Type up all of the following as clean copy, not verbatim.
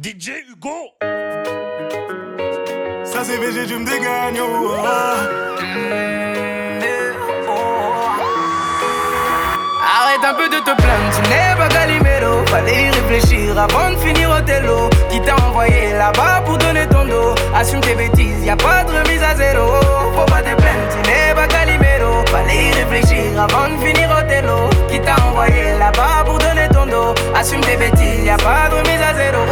DJ Hugo. Ça c'est VG, tu me dégagnes. Arrête un peu de te plaindre, tu n'es pas Calimero. Fallait y réfléchir avant de finir au télo. Qui t'a envoyé là-bas pour donner ton dos? Assume tes bêtises, y'a pas de remise à zéro. Faut pas te plaindre, tu n'es pas Calimero. Fallait y réfléchir avant de finir au télo. Qui t'a envoyé là-bas pour donner ton dos? Assume tes bêtises, y'a pas de remise à zéro.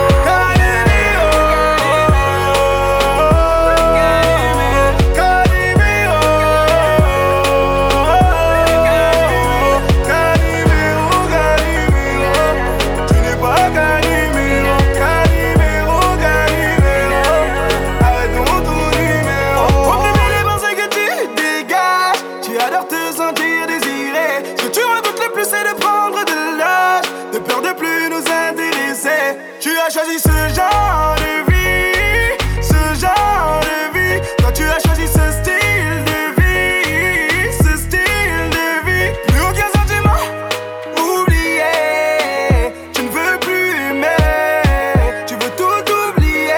Choisi ce genre de vie, ce genre de vie. Toi tu as choisi ce style de vie, ce style de vie. Plus aucun sentiment, oublié. Tu ne veux plus aimer, tu veux tout oublier.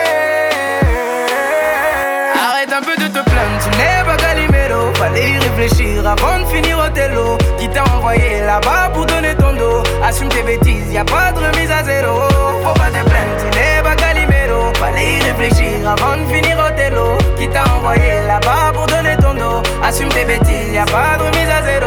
Arrête un peu de te plaindre, tu n'es pas Calimero. Fallait y réfléchir avant de finir au télo. Qui t'a envoyé là-bas pour donner ton dos? Assume tes bêtises, y'a pas de remise à zéro. Faut pas te plaindre, tu n'es pas Calimero. Fallait y réfléchir avant de finir au télo. Qui t'a envoyé là-bas pour donner ton dos? Assume tes bêtises, y'a pas de remise à zéro.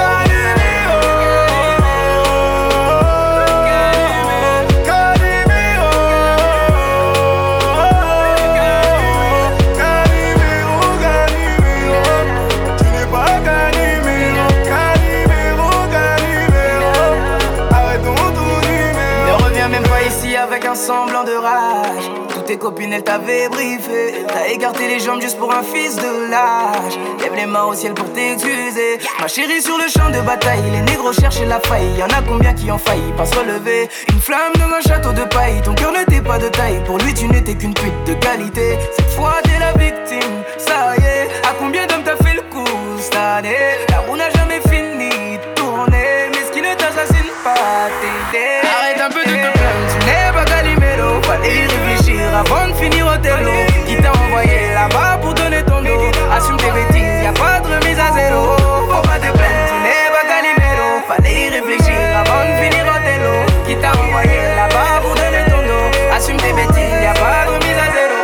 Avec un semblant de rage, toutes tes copines elles t'avaient briefé. T'as écarté les jambes juste pour un fils de lâche. Lève les mains au ciel pour t'excuser. Ma chérie sur le champ de bataille, les négros cherchent la faille. Y'en a combien qui ont failli pas se relever? Une flamme dans un château de paille. Ton cœur n'était pas de taille, pour lui tu n'étais qu'une pute de qualité. Cette fois t'es la victime, ça y est. À combien d'hommes t'as fait le coup cette année? La roue n'a jamais fini de tourner, mais ce qui ne t'assassine pas t'aider. Arrête un peu de te plaindre, tu n'es pas Calimero. Fallait y réfléchir avant de finir au télo. Qui t'a envoyé là-bas pour donner ton dos? Assume tes bêtises, y'a pas de remise à zéro. Faut pas te plaindre, tu n'es pas Calimero. Fallait y réfléchir avant de finir au télo. Qui t'a envoyé là-bas pour donner ton dos? Assume tes bêtises, y'a pas de remise à zéro.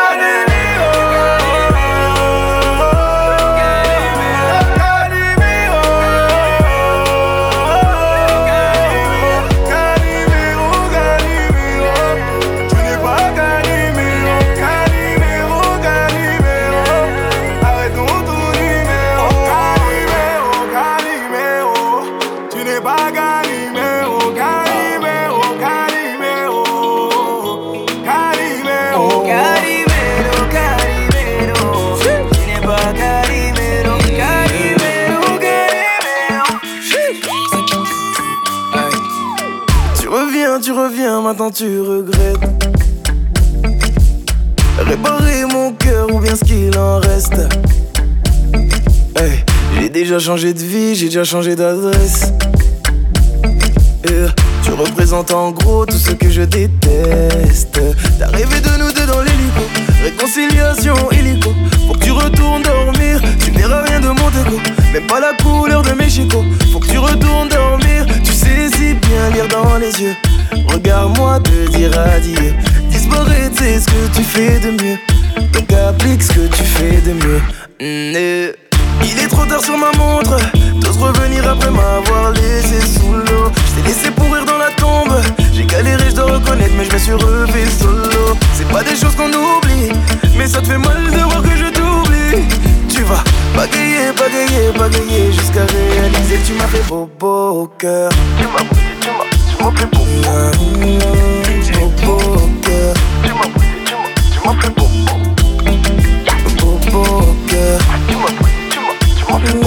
Tu reviens, maintenant tu regrettes. Réparer mon cœur ou bien ce qu'il en reste. Hey, j'ai déjà changé de vie, j'ai déjà changé d'adresse. Tu représentes en gros tout ce que je déteste. T'as rêvé de nous deux dans l'hélico, réconciliation illico. Faut que tu retournes dormir, tu verras rien de mon déco. Même pas la couleur de mes chicots. Faut que tu retournes dormir, tu sais si bien lire dans les yeux. Regarde-moi te dire adieu. Disparaître c'est ce que tu fais de mieux. Donc applique ce que tu fais de mieux. Il est trop tard sur ma montre. T'oses revenir après m'avoir laissé sous l'eau. Je t'ai laissé pourrir dans la tombe. J'ai galéré, je dois reconnaître, mais je me suis relevé solo. C'est pas des choses qu'on oublie, mais ça te fait mal de voir que je t'oublie. Tu vas bagayer, bagayer, bagayer jusqu'à réaliser que tu m'as fait bobo au cœur. Tu m'as brisé, tu m'as fait bobo au cœur. Tu m'as brisé, tu m'as fait bobo au cœur. Tu m'as brisé, tu m'as fait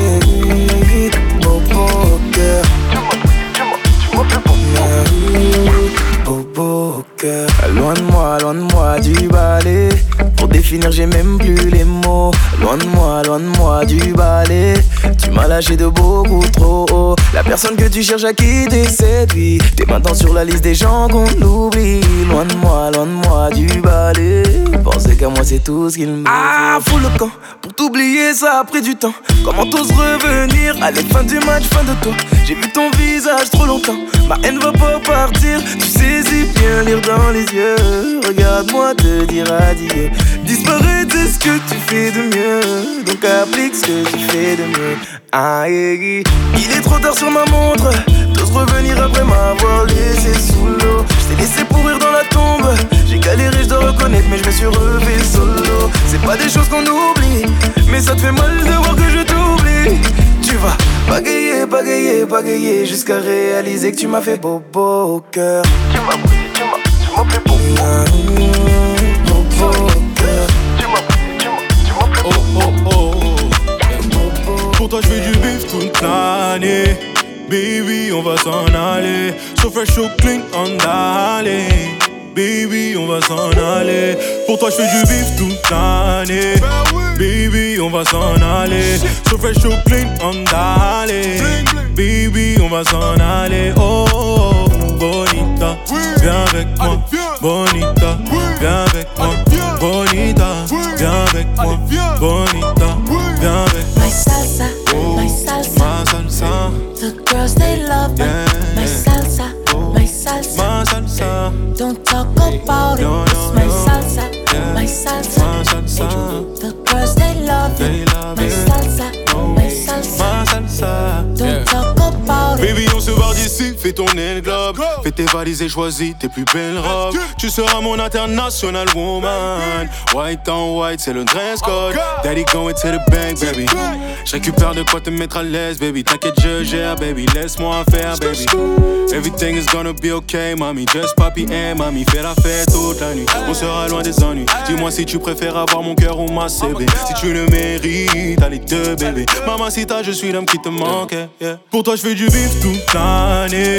bobo au cœur. Tu m'as brisé, tu m'as fait bobo au cœur. Loin de moi du balai. Pour définir j'ai même plus les mots. Loin de moi du balai. Tu m'as lâché de beaucoup trop haut. La personne que tu cherches à quitter cette vie. T'es maintenant sur la liste des gens qu'on oublie. Loin moi, loin de moi du balai. Penser qu'à moi c'est tout ce qu'il me faut. Ah, fous le camp, pour t'oublier ça a pris du temps. Comment t'oses revenir? Allez, fin du match, fin de toi. J'ai vu ton visage trop longtemps, ma haine va pas partir. Tu saisis bien lire dans les yeux. Regarde-moi te dire adieu. Disparaître c'est ce que tu fais de mieux, donc applique ce que tu fais de mieux. Ah, il est trop tard sur ma montre. T'oses revenir après m'avoir laissé sous l'eau. Je t'ai laissé pourrir dans la tombe. J'ai galéré, je dois reconnaître, mais je me suis relevé solo. C'est pas des choses qu'on oublie, mais ça te fait mal de voir que je t'oublie. Tu vas pagayer, pagayer, pagayer, jusqu'à réaliser que tu m'as fait bobo au cœur. Tu m'as brisé, tu m'as fait bobo au cœur. Tu m'as brisé, tu m'as fait bobo. Pour toi je fais du bif toute l'année. Baby on va s'en aller. So fresh, so clean, on d'aller. Baby on va s'en aller. Pour toi je fais du bif toute l'année. Baby on va s'en aller. So fresh, so clean, on d'aller. Baby on va s'en aller. Oh bonita, viens avec moi. Bonita, viens avec moi. Bonita, viens avec moi. Bonita, viens avec moi. My salsa, my salsa, ma salsa. The girls they love it. My salsa, my salsa, Ma salsa. Don't talk about it. No, no, It's my no. salsa, Yeah. my salsa. Ma salsa. The girls they love They it. love My it. salsa, my salsa. Ma salsa. Don't talk about it. Baby, on se barre d'ici, fais tourner le globe. Fais tes valises et choisis tes plus belles robes. Tu seras mon international woman. White on white, c'est le dress code. Daddy going to the bank, baby. Je récupère de quoi te mettre à l'aise, baby. T'inquiète, je gère, baby. Laisse-moi faire, baby. Everything is gonna be okay, mommy. Just papi et mamie. Fais la fête toute la nuit. On sera loin des ennuis. Dis-moi si tu préfères avoir mon cœur ou ma CB. Si tu le mérites, allez deux, bébé. Mamacita, je suis l'homme qui te manque. Yeah. Pour toi, je fais du bif toute l'année.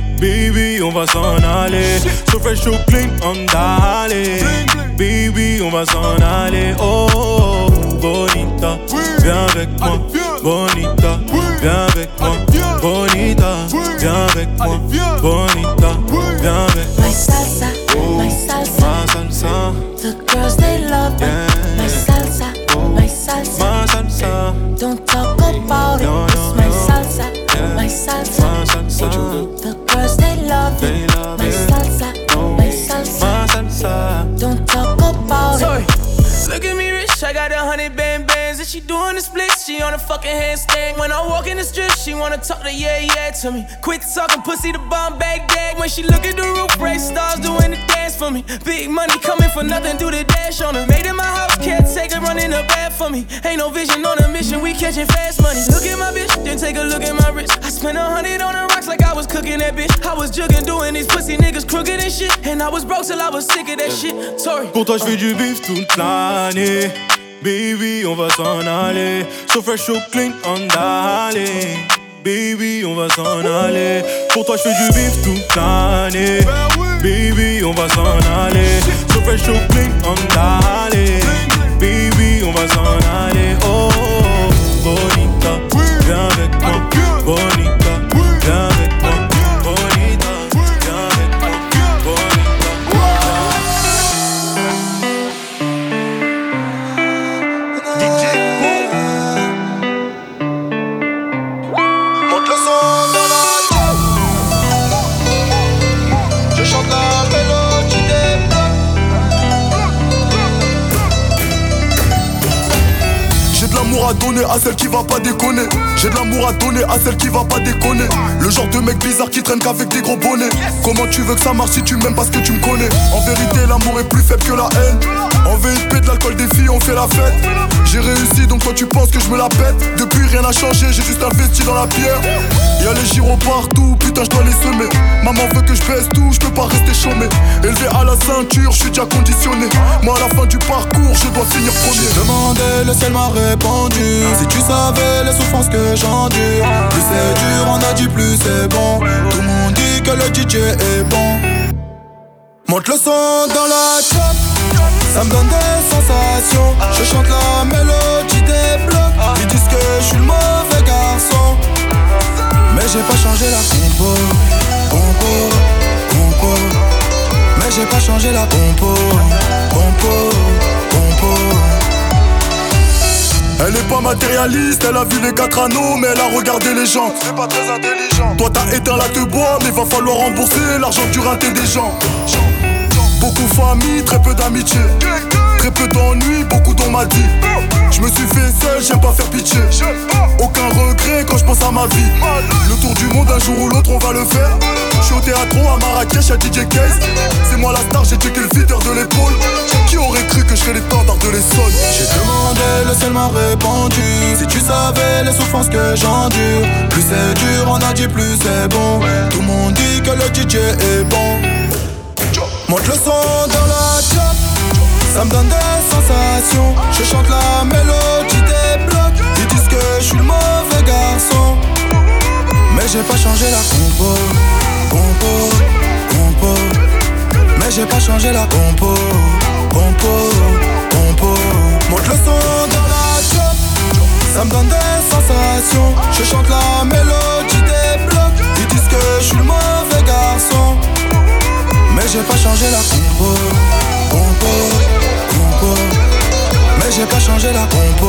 Baby, on va s'en aller. So fresh, so clean, on d'aller. Baby, on va s'en aller. Oh, bonita, viens avec moi. Bonita, viens avec moi. Bonita, viens avec moi. Bonita, viens avec moi. My salsa, my salsa. Ma salsa, The girls they love it. Yeah. My salsa, my salsa. ma salsa. Don't talk about it. No, no, It's my no. salsa, Yeah. my salsa. Ma salsa. The girls they love They it. love My it. salsa, my salsa. Ma salsa. Don't talk about it. Look at me rich, I got 100 bands and she doing the split, she on a fucking handstand. When I walk in the strip, she wanna talk to yeah to me. Quit talking pussy to bomb Baghdad. When she look at the roof, race stars doing the dance for me. Big money coming for nothing, do the dash on her. Made in my house, can't take her running the bath for me. Ain't no vision on a mission, we catching fast money. Look at my bitch, then take a look at my wrist. I spent 100 on the rocks like I was cooking that bitch. I was jugging, doing these pussy niggas crooked and shit. And I was broke till I was sick of that shit. Sorry. Pour toi, je fais du bif toute l'année. Baby, on va s'en aller. So fresh, so clean, on d'aller. Baby, on va s'en aller. Pour toi, je fais du bif toute l'année. Baby, on va s'en aller. So fresh, so clean, on d'aller. Baby, on va s'en aller. Oh, bonita, viens avec moi. Bonita, viens avec moi. Bonita, viens avec moi. Monte le son dans la tête. Je chante la mélodie des blocs. J'ai de l'amour à donner à celle qui va pas déconner. J'ai de l'amour à donner à celle qui va pas déconner. Le genre de mec bizarre qui traîne qu'avec des gros bonnets. Comment tu veux que ça marche si tu m'aimes parce que tu me connais? En vérité l'amour est plus faible que la haine. En VIP de l'alcool des filles on fait la fête. J'ai réussi donc toi tu penses que je me la pète. Depuis rien n'a changé, j'ai juste investi dans la pierre. Y'a les gyros partout, putain je dois les semer. Maman veut que je baisse tout, je peux pas rester chômé. Élevé à la ceinture, je suis déjà conditionné. Moi à la fin du parcours, je dois finir premier. J'ai demandé, le ciel m'a répondu. Si tu savais les souffrances que j'endure. Plus c'est dur, on a dit plus c'est bon. Tout le monde dit que le DJ est bon. Monte le son dans la chop. Ça me donne des sensations. Je chante la mélodie des blocs. Ils disent que je suis le mauvais garçon. Mais j'ai pas changé la compo. Mais j'ai pas changé la compo. Elle est pas matérialiste, elle a vu les 4 anneaux, mais elle a regardé les gens. C'est pas très intelligent. Toi t'as éteint la te bois, mais va falloir rembourser l'argent du raté des gens. Beaucoup famille, très peu d'amitié. Très peu d'ennuis, beaucoup d'on m'a dit. Je me suis fait seul, j'aime pas faire pitié. Aucun regret quand je pense à ma vie. Le tour du monde un jour ou l'autre on va le faire. Je suis au théâtre à Marrakech à DJ Case. C'est moi la star, j'ai checké le feeder de l'épaule. Qui aurait cru que je serais l'étendard de l'Essonne? J'ai demandé, le ciel m'a répondu. Si tu savais les souffrances que j'endure. Plus c'est dur, on a dit plus c'est bon. Tout le monde dit que le DJ est bon. Monte le son dans la chop, ça me donne des sensations. Je chante la mélodie des blocs. Ils disent que je suis le mauvais garçon, mais j'ai pas changé la compo. Mais j'ai pas changé la compo. Monte le son dans la chop, ça me donne des sensations. Je chante la mélodie des blocs. Ils disent que je suis le mauvais garçon, mais j'ai pas changé la compo. Mais j'ai pas changé la compo.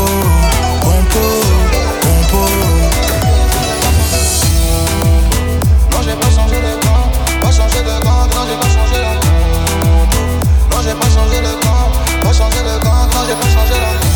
Non j'ai pas changé de camp, pas changé de camp, non j'ai pas changé la compo. Non j'ai pas changé de camp, pas changé de camp, non j'ai pas changé la compo.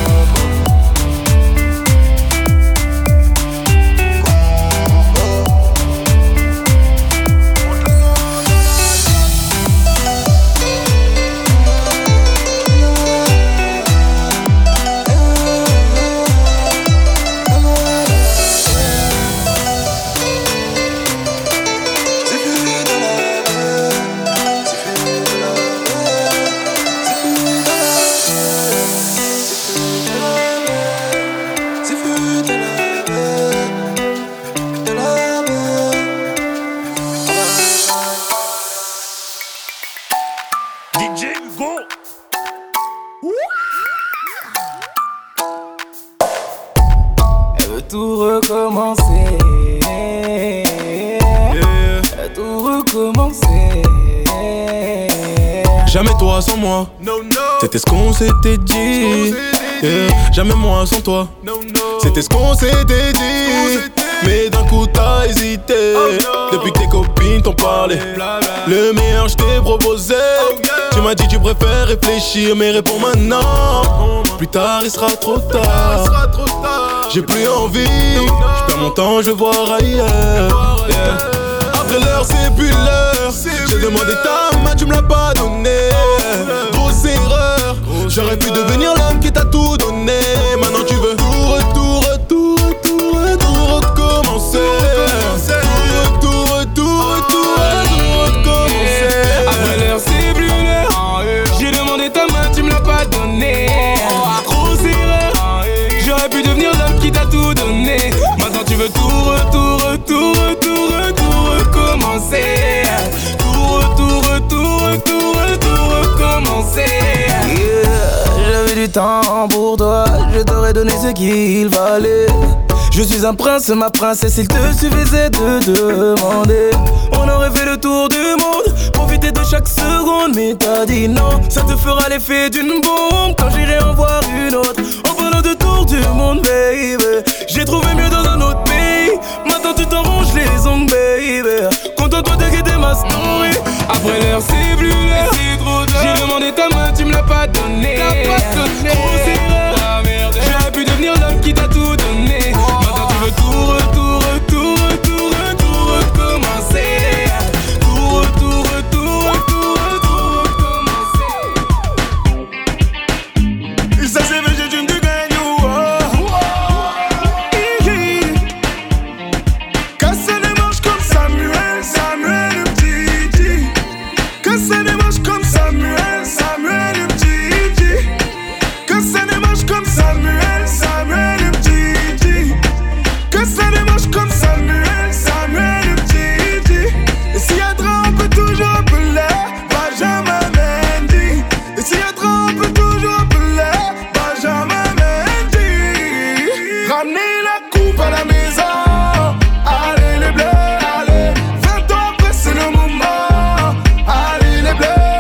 Tout recommencer, tout recommencer. Jamais toi sans moi, c'était ce qu'on s'était dit. Jamais moi sans toi, c'était ce qu'on s'était dit. Mais d'un coup t'as hésité, depuis que tes copines t'ont parlé. Le meilleur je t'ai proposé. Tu m'as dit tu préfères réfléchir, mais réponds maintenant. Plus tard il sera trop tard. J'ai plus envie, je perds mon temps, je vais voir ailleurs. Après l'heure, c'est plus l'heure. J'ai demandé ta main, tu me l'as pas donné. Grosse erreur, j'aurais pu devenir l'homme qui t'a tout donné. Maintenant tu veux tout recommencer. Tout recommencer. Après l'heure, c'est plus l'heure. J'ai demandé ta main, tu me l'as pas donné. Grosse erreur, j'aurais pu devenir l'homme qui t'a tout donné. Maintenant tu veux tout recommencer. Tout recommencer. J'avais du temps pour toi, je t'aurais donné ce qu'il fallait. Je suis un prince, ma princesse, il te suffisait de demander. On aurait fait le tour du monde, profiter de chaque seconde. Mais t'as dit non, ça te fera l'effet d'une bombe quand j'irai en voir une autre. En parlant de tour du monde, baby, j'ai trouvé mieux dans un autre pays. Maintenant tu t'arranges les ongles, baby. Contente-toi de guetter ma story. Après l'heure, c'est plus l'heure. J'ai demandé ta main, tu me l'as pas donné. Grosse erreur, j'aurais pu devenir l'homme qui t'a tout donné. Maintenant tu veux tout recommencer. Tout recommencer. Il s'est fait, j'ai une du gagne. Casser les manches comme Samuel le petit. Casser les manches comme Samuel le petit. Casser les manches comme Samuel le petit. Casser les manches comme Samuel le petit. Et s'il y a trop, on peut toujours appeler Benjamin Mendy. Et s'il y a trop, on peut toujours appeler Benjamin Mendy. Ramenez la coupe à la maison. Allez les bleus, allez. 20 ans après c'est le moment. Allez les bleus.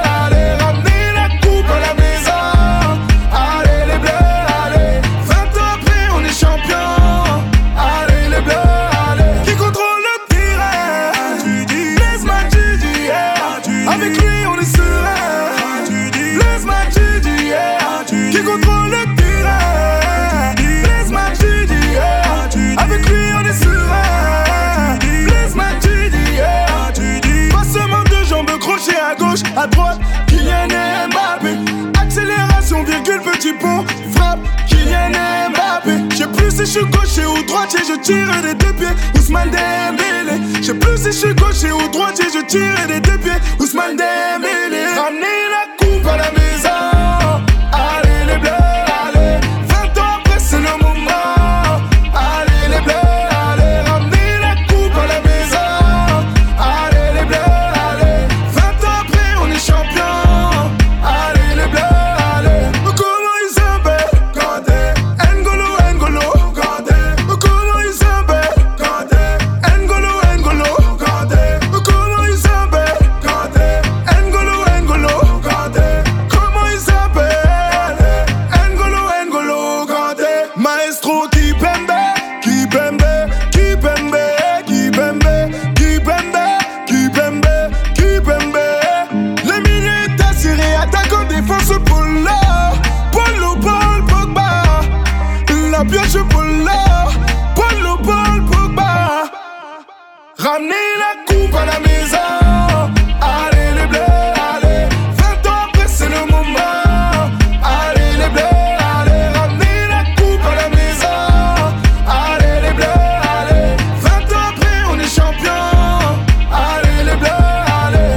on est serein. Blaise Matuidi, yeah. Qui contrôle le terrain. Blaise Matuidi, yeah. Avec lui on est serein. Blaise Matuidi, yeah. Passement de jambes, crochet à gauche, à droite. Kylian Mbappé. Accélération, virgule, petit pont. Frappe, Kylian Mbappé. Je sais plus si je suis gaucher ou droitier, je tire des deux pieds. Ousmane Dembélé. Je sais plus si je suis gaucher ou droitier, je tire des deux pieds. Ousmane Dembélé. Ramenez la coupe à la maison. Allez les bleus, allez. 20 ans après c'est le moment. Allez les bleus, allez. Ramenez la coupe à la maison. Allez les bleus, allez. 20 ans après on est champion. Allez les bleus, allez. Comment ils s'appellent Kanté, N'Golo, N'Golo, Kanté. Comment ils s'appellent Kanté, N'Golo, N'Golo, Kanté. Comment ils s'appellent Kanté, N'Golo, N'Golo, Kanté. Comment ils s'appellent N'Golo, N'Golo, Kanté. Maestro Kipembe, Kipembe, Kipembe, Kipembe, Kipembe, Kipembe, Kipembe. Les milieux est assuré, attaquant, défense, Polo, Polo, Paul, Pogba. La pioche, Polo, Polo, Paul, Pogba. Ramenez la coupe à la maison. Allez les bleus, allez. 20 ans après c'est le moment. Allez les bleus, allez. Ramenez la coupe à la maison. Allez les bleus, allez. 20 ans après on est champion. Allez les bleus, allez.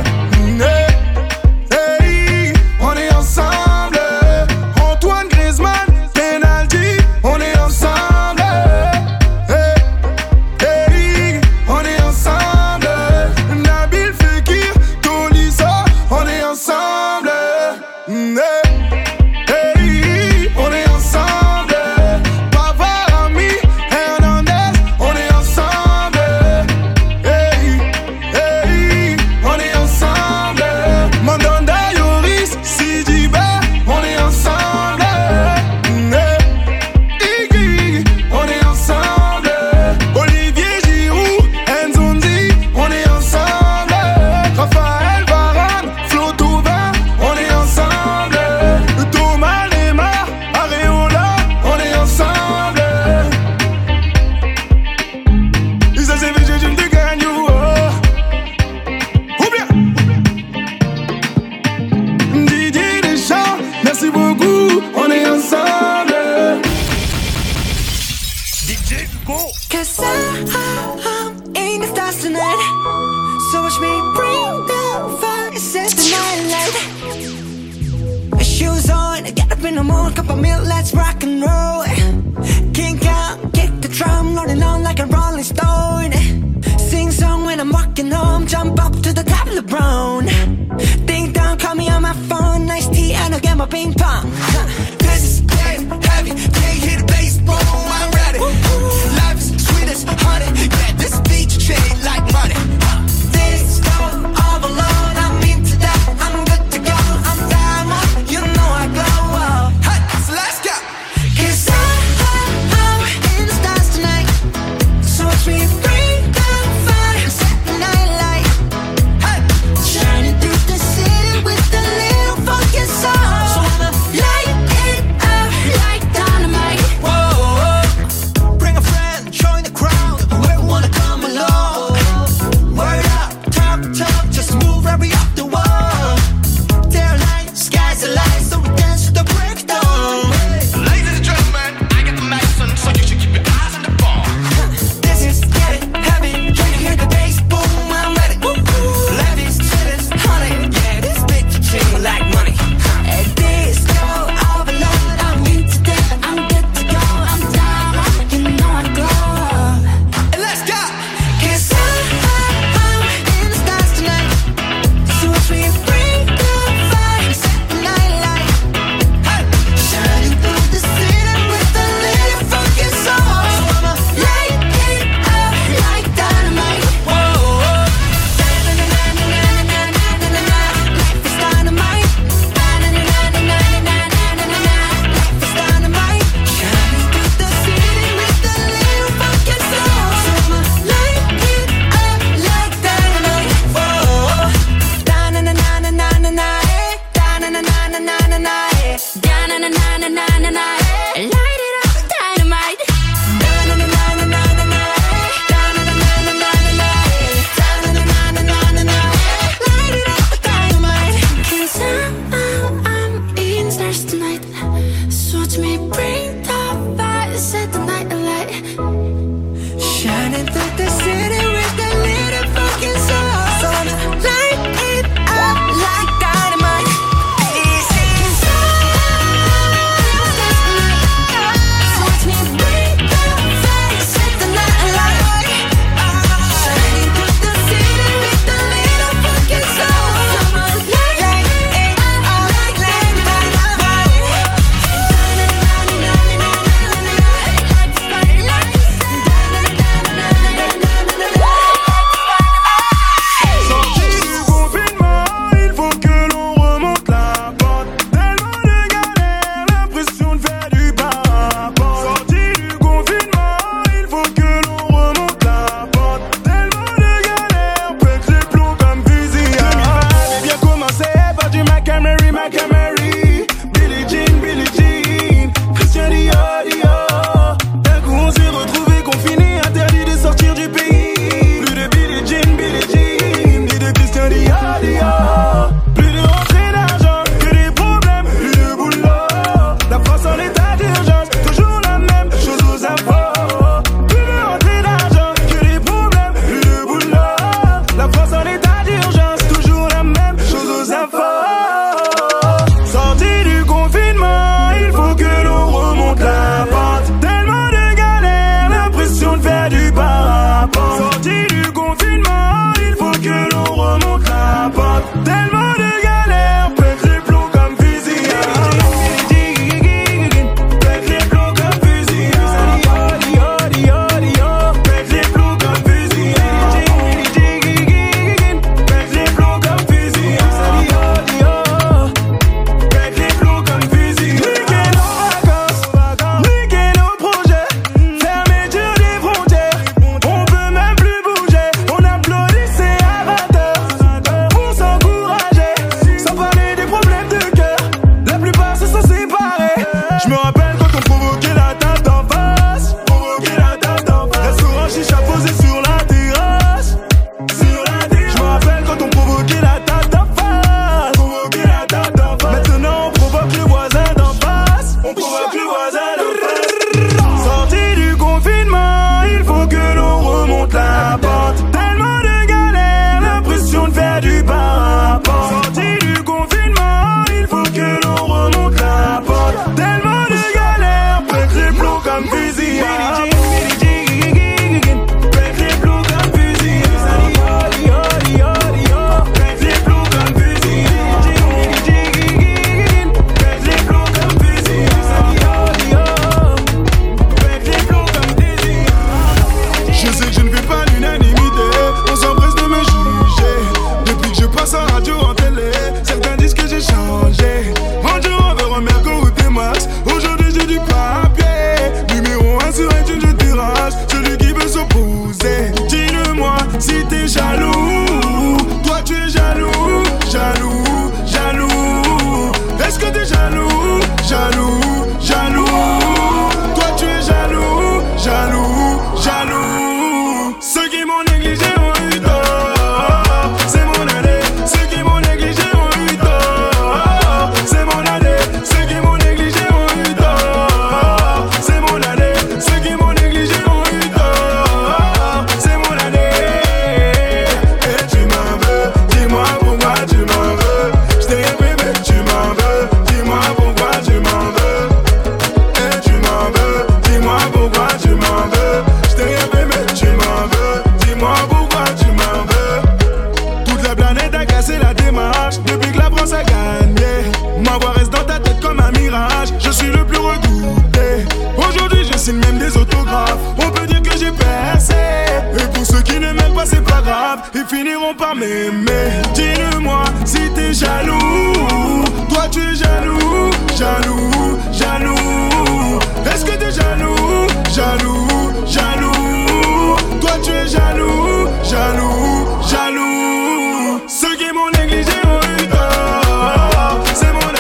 Hey, on est ensemble. Antoine Griezmann, penalty, on est ensemble. Hey, on est ensemble. Nabil Fekir, Tolisso, on est ensemble. Hey, on est ensemble. Pavard, Ami, Hernandez, on est ensemble. Hey, on est ensemble. Mandanda, Yoris, Sidibé, on est ensemble. Iggy, on est ensemble. Olivier Giroud, Nzonzi, on est ensemble. Raphaël Varane, Flo Thauvin, on est ensemble. Thomas Lemar, Areola, on est ensemble. Isa CVG, je te gagne, oh. Ou bien Didier Deschamps, merci beaucoup, on est ensemble. DJ Go. Cause I'm in the stars tonight. So watch me bring the fire, set the night light. Shoes on, get up in the morning, cup of milk, let's rock and roll. King Kong, kick the drum, rolling on like a rolling stone. Sing song when I'm walking home, jump up to the top of the brown. Ding dong, call me on my phone, nice tea and I'll get my ping pong. This is getting heavy, can't hit the bass, boom, I'm ready. Life is sweet as honey, yeah, this beat shade like money. This go all alone, I'm into that, I'm good to go, I'm diamond, you know I glow. Hey, so let's go. Cause I'm in the stars tonight. So watch me bring the fire, set the night light. na na na na na na, da na na na na na na na, light it up, dynamite. Da na na na na na na na, da na na na na na na, da na na na na na na, light it up, dynamite. 'Cause I'm eating stars tonight, so watch me bring the fire, set the night alight, shining through the city with a little fucking sun. Light it up like dynamite. So watch me bring the fire, set the night alight, shining through the city with a little fucking sun. Light it up like dynamite. Sorti du confinement, il faut que l'on remonte la pente. Tellement de galères, l'impression de faire du parapente. Sorti du confinement, il faut que l'on remonte la pente. Tellement de galères, pète les plombs comme fusil. 2020 avait bien commencé par du Macamary, Billie Jean, Christian Dior, Dior. D'un coup on s'est retrouvés confinés, interdits de sortir du pays. Plus de Billie Jean, ni de Christian Dior, Dior. Plus de rentrée d'argent, que des problèmes, plus de boulot. La France en état d'urgence, toujours la même chose aux infos. Plus de rentrée d'argent, que des problèmes, plus de boulot. La France en état d'urgence, toujours la même chose aux infos. Sorti du confinement, il faut que l'on remonte la pente. Tellement de galères, l'impression de faire du parapente. Sorti du confinement, il faut que l'on remonte la pente. Tellement de galères, pète les plombs comme fusil. Pète les plombs comme fusil. Pète les plombs comme fusil. Pète les plombs comme fusil. Pète les plombs comme fusil. Niquer nos vacances, niquer nos projets, fermeture des frontières, on peut même plus bouger. On applaudissait à 20h pour s'encourager, sans parler des problèmes de cœur. La plupart se sont séparés. Je me rappelle quand on provoquait la table d'en face, restaurant chicha posé sur la terrasse. Je me rappelle quand on provoquait la table d'en face, maintenant on provoque le voisin d'en face. Sorti du confinement, il faut que l'on remonte la pente. Tellement de galères, l'impression de faire du parapente. Sorti du confinement, il faut que l'on remonte la pente. Tellement de galères, pète les plombs comme fusil. Pète les plombs comme fusil. Pète les plombs comme fusil. Pète les plombs comme fusil. Pète les plombs comme fusil. Je sais que je ne fais pas l'unanimité, on s'empresse de me juger. Depuis que je passe en radio, en télé, certains disent que j'ai changé. Bonjour, on veut remettre au route des max. Aujourd'hui j'ai du papier. Numéro 1 sur iTunes, je tirage celui qui veut s'opposer. Dis-le-moi si t'es jaloux. Toi tu es jaloux, jaloux, jaloux. Est-ce que t'es jaloux, jaloux, jaloux? Toi tu es jaloux, jaloux, jaloux. Ceux qui m'ont négligé ont eu tort. C'est mon année. Ceux qui m'ont négligé ont eu tort. C'est mon année. Ceux qui m'ont négligé ont eu tort. C'est mon année. Ceux qui m'ont négligé ont eu tort. C'est mon année. Et tu m'en veux. Dis-moi pourquoi tu m'en veux. Je t'ai rêvé mais tu m'en veux. Dis-moi pourquoi tu m'en veux. Et tu m'en veux. Dis-moi pourquoi tu m'en veux. Je t'ai rêvé mais tu m'en veux. Dis-moi pourquoi tu m'en veux. Toute la planète a cassé la démarche depuis que la France a gagné. Ma voix reste dans ta tête comme un mirage. Je suis le plus redouté. Aujourd'hui je signe même des autographes. On peut dire que j'ai percé. Et pour ceux qui ne m'aiment pas c'est pas grave, ils finiront par m'aimer. Dis-le-moi si t'es jaloux. Toi tu es jaloux, jaloux, jaloux. Est-ce que t'es jaloux, jaloux, jaloux? Toi tu es jaloux, jaloux, jaloux. Ceux qui m'ont négligé ont eu tort. C'est mon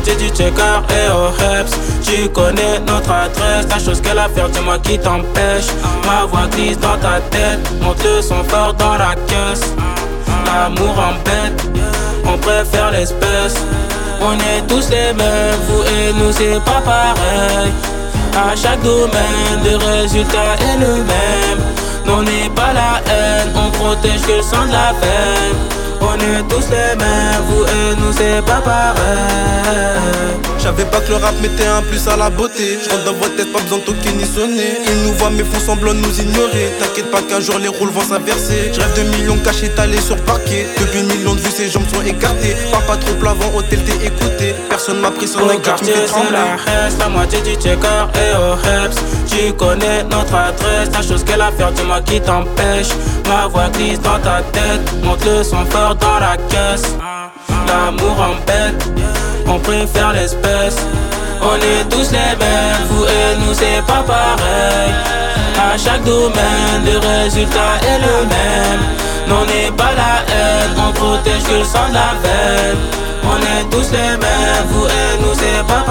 moitié du checker et au Heps. Tu connais notre adresse, la chose qu'elle a faire, dis-moi qui t'empêche. Ma voix glisse dans ta tête, monte le son fort dans la caisse. L'amour embête, on préfère l'espèce. On est tous les mêmes, vous et nous c'est pas pareil. À chaque domaine, le résultat est le même. On n'est pas la haine, on protège que le sang de la veine. On est tous les mêmes, vous et nous c'est pas pareil. J'avais pas que le rap mettait un plus à la beauté. Je rentre dans votre tête, pas besoin de toquer ni sonner. Ils nous voient mais font semblant de nous ignorer. T'inquiète pas qu'un jour les rôles vont s'inverser. Je rêve de millions cachés étalés sur parquet. Depuis millions de vues ses jambes sont écartées. Parle pas trop plavant, hôtel t'es écouté. Personne m'a pris son cœur, tu me fais trembler. La moitié du checker et au Heps. Tu connais notre adresse, la chose qu'elle a faire, dis-moi qui t'empêche. Ma voix glisse dans ta tête, monte le son fort dans la caisse. L'amour embête, on préfère l'espèce. On est tous les mêmes, vous et nous c'est pas pareil. À chaque domaine, le résultat est le même. On n'est pas la haine, on protège que le sang de la veine. On est tous les mêmes, vous et nous c'est pas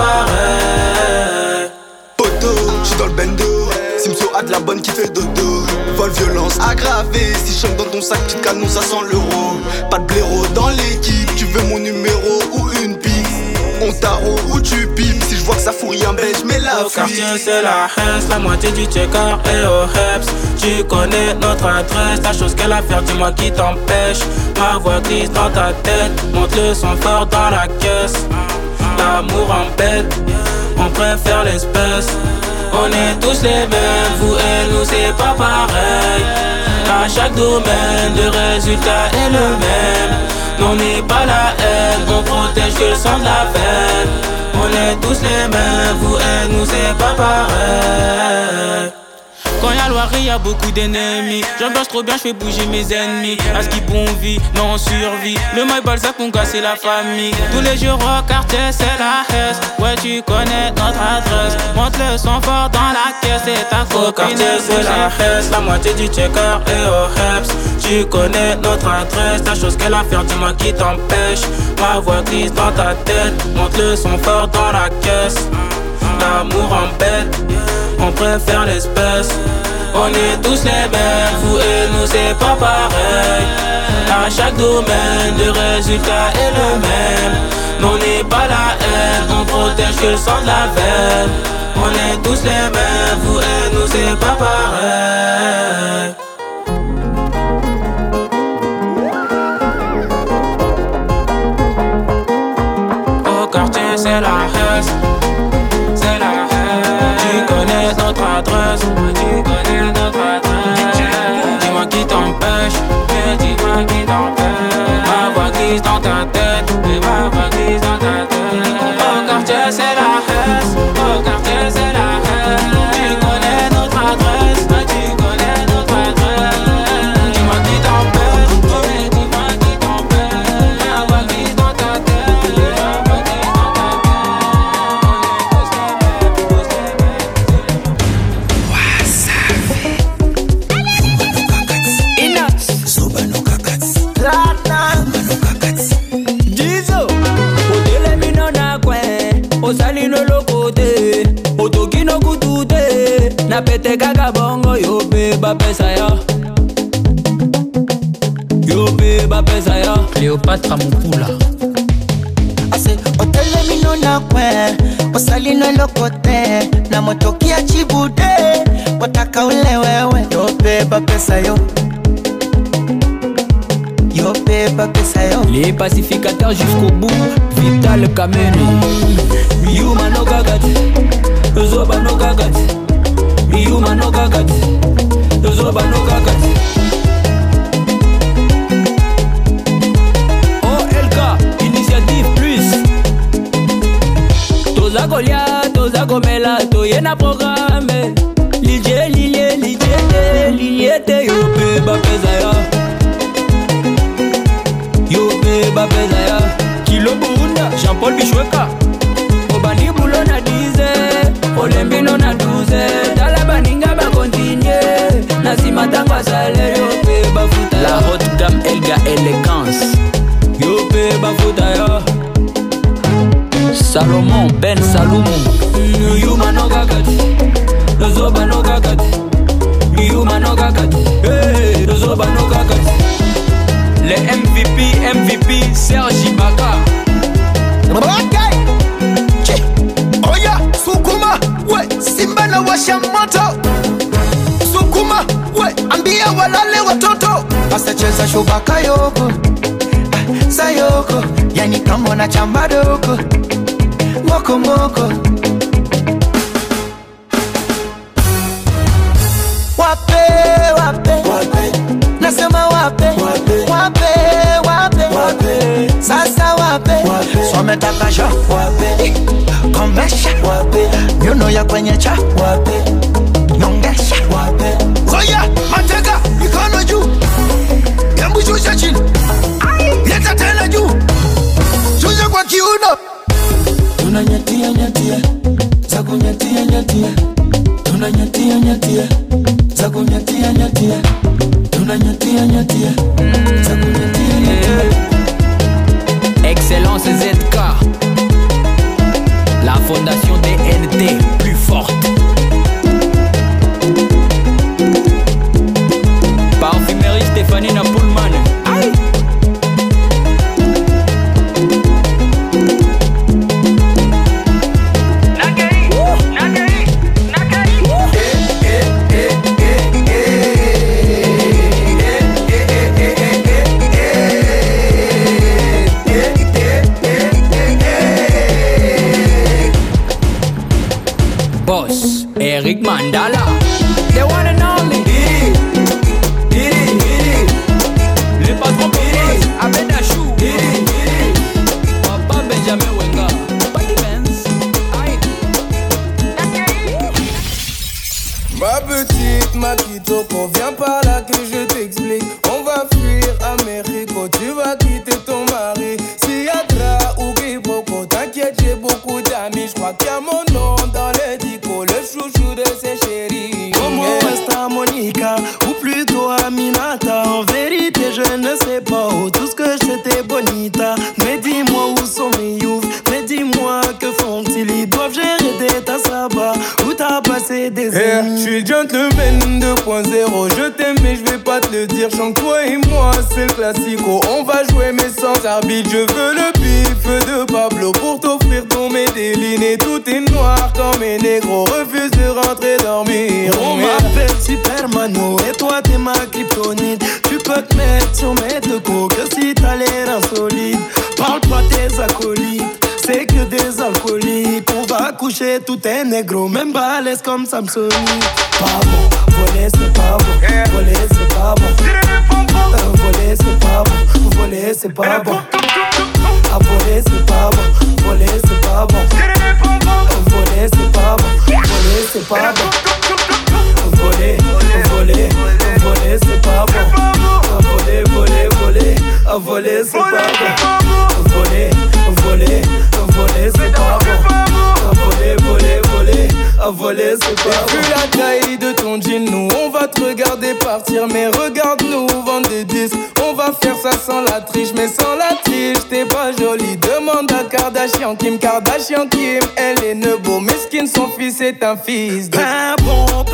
pareil. Poto, j'suis dans le bendo. Simso a de la bonne qui fait dodo. Vol violence aggravée. Si je chante dans ton sac, tu te canon, ça sent l'euro. Pas de blaireau dans l'équipe. Tu veux mon numéro ou une pique? On tarot ou tu pipes. Si je vois que ça fout rien, ben j'mets la fuite. Au quartier c'est la Hesse, la moitié du checker et au Heps. Tu connais notre adresse, la chose qu'elle a faire, dis-moi qui t'empêche. Ma voix glisse dans ta tête, monte le son fort dans la caisse. L'amour embête, on préfère l'espèce. On est tous les mêmes, vous et nous c'est pas pareil. À chaque domaine, le résultat est le même. On n'est pas la haine, on protège que le sang de la veine. On est tous les mêmes, vous et nous c'est pas pareil. Quand y'a Loirie, y'a beaucoup d'ennemis. J'ambiance trop bien, j'fais bouger mes ennemis. À ce qui bon vie, non on survit. Le maille Balzac pour casser la famille. Tous les jours au quartier, c'est la Hesse. Ouais, tu connais notre adresse. Monte le son fort dans la caisse et ta copine. Au quartier, c'est la Hesse, la moitié du checker et au Heps. Tu connais notre adresse, la chose qu'elle a faire, dis-moi qui t'empêche. Ma voix glisse dans ta tête, monte le son fort dans la caisse. L'amour embête, on préfère l'espèce. On est tous les mêmes, vous et nous c'est pas pareil. À chaque domaine, le résultat est le même. On n'est pas la haine, on protège que le sang de la veine. On est tous les mêmes, vous et nous c'est pas pareil. Au quartier c'est la Hesse. Notre adresse, tu connais notre adresse. Dis-moi qui t'empêche, dis-moi qui t'empêche. Ma voix glisse dans ta tête, ma voix glisse dans ta tête. Au quartier c'est la Hesse, au quartier c'est la Hesse. Tu connais notre adresse, tu connais notre adresse. Dis-moi qui t'empêche, dis-moi qui t'empêche. Ma voix glisse dans ta tête, ma voix glisse dans ta na pete kaka bongo yo pe ba pesa ya. Yo pe ba pesa ya. Cléopâtre Mukula. Ase otele mino na kwe osali no lokote na motoki ya chibude wataka ule wewe. Yo pe ba pesa yo. Yo pe ba pesa yo. Les pacificateurs jusqu'au bout. Vital Kameni. Yuma no gagati. Zoba no gagati. Yuma no gagati, Zoba no gagati. OLK, Initiative Plus. Toza Golia, Toza Gomela, Toyena programme. Lilie, Liliete, Yope Bapezaya. Yope Bapezaya. Kilo Burunda, Jean-Paul Bichweka. Obani Boulona dize, Olembino na douze. Baninga ba continuer Nasima tangwa sale yo pe ba futa. La haute gamme Elga Elegance. Yo pe ba futa yo. Salomon, Ben Salomon. Yuma no gagati, Lozoba no gagati. Yuma no gagati, hey, Lozoba no gagati. Les MVP, Serge Ibaka. Ok, Oya, Sukuma, ouais, Simba na washa moto. Sukuma, ouais, ambia walale watoto. Basta cheza shubaka yoko, sayoko, yani kama na chamba doko. Moko moko. Wape, wape, wape. Nasema wape, wape, wape, wape, wape. Sasa wape, wape. Swametaka sho, wape. Komesha, wape. Nyuno ya kwenye cha, wape. Nyongesha, wape. Oya, mateka, mikono juu. Yambu shusha chini. Leta tena juu. Shusha kwa kiuno. Tunanyatia nyatia, za kunyatia nyatia. Tunanyatia nyatia, za kunyatia nyatia. Tunanyatia nyatia, za kunyatia nyatia. Excellence ZK, la fondation DNT plus forte. Parfumerie Stéphanie Napoulman. Aïe. Boss, Eric Mandala, the one and only. Le patron Boss, Abed Achou. Papa Benjamin Wenga, Patty Benz. Ma petite Makitoko, viens par là que je t'explique. On va fuir à Mexico, tu vas quitter ton mari. Siatra ou Kiboko, t'inquiète, j'ai beaucoup d'amis. Je crois qu'il y a mon nom dans le dico, le chouchou de ses chéris. Como esta Monica, ou plutôt Aminata. En vérité, je ne sais pas où. Tout ce que je sais, c'était Bonita. Mais dis-moi où sont mes youths. Mais dis-moi que font-ils. Ils doivent gérer des tasses à bas. Où t'as passé des années. Je suis le gentleman 2.0. Je t'aime mais je vais pas te le dire. Chante toi et moi, c'est le classico. On va jouer mais sans arbitre. Je veux le bif de Pablo pour t'offrir ton Medellin. Et tout est noir quand mes négros refusent de rentrer dormir. On m'appelle Supermano et toi t'es ma kryptonite. Tu peux te mettre sur mes deux coups que si t'as l'air insolite. Parle pas tes acolytes, c'est que des alcooliques. On va coucher tout est négro, même balèze comme Samsonite. Pas bon, voler c'est pas bon, voler c'est pas bon. Voler c'est pas bon, voler c'est pas bon. À voler c'est pas bon, voler c'est pas bon. Voler c'est pas bon, voler c'est pas bon. Voler, voler, voler c'est pas bon. Voler, voler, voler, voler c'est pas bon. Voler, voler, voler c'est pas bon. Voler, voler, voler, voler c'est pas bon. Vu la taille de ton jean, nous on va te regarder partir. Mais regarde-nous vendre des disques. On va faire ça sans la triche, mais sans la triche, t'es pas jolie. Demande à Kardashian Kim, elle est nebo. Mesquine, son fils est un fils de pimpon,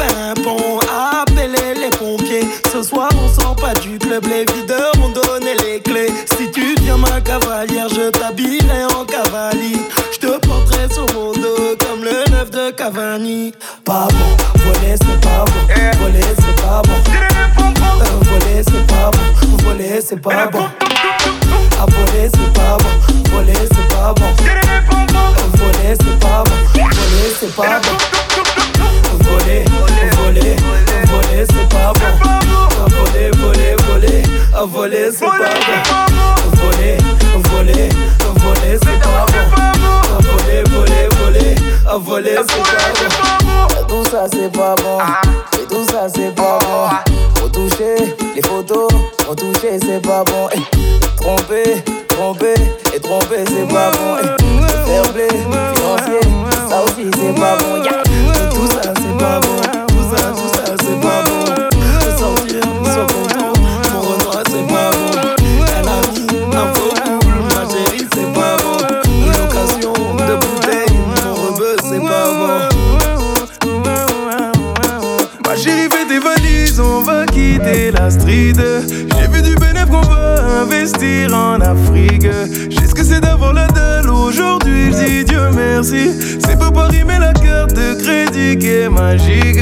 appelez les pompiers. Ce soir on sort pas du club, les videurs m'ont donné les clés. Si tu viens ma cavalière, je t'habillerai en cavalier. Je te porterai sur mon dos comme le 9 de Cavani. Pas bon, voler c'est pas bon, voler c'est pas bon. Voler c'est pas bon, voler c'est pas bon. À voler c'est pas bon, voler c'est pas bon. Voler c'est pas bon, voler c'est pas bon. Voler, voler, voler c'est pas bon. Voler, voler, voler, voler c'est pas bon. Voler, voler, voler c'est pas bon. Voler, voler, voler, voler c'est pas bon. Tout ça c'est pas bon, et tout ça c'est pas bon. Faut toucher les photos, faut toucher c'est pas bon. Tromper, tromper et tromper c'est pas bon. Fair play, financier, ça aussi c'est pas bon. Tout ça c'est pas bon, tout ça c'est pas bon. Sortir sur content, mon retour c'est pas bon. Elle a mis un faux couple, ma chérie c'est pas bon. L'occasion de quitter la street. J'ai vu du bénéf qu'on va investir en Afrique. J'ai ce que c'est d'avoir la dalle aujourd'hui, j'dis Dieu merci. C'est pas Paris mais la carte de crédit qui est magique.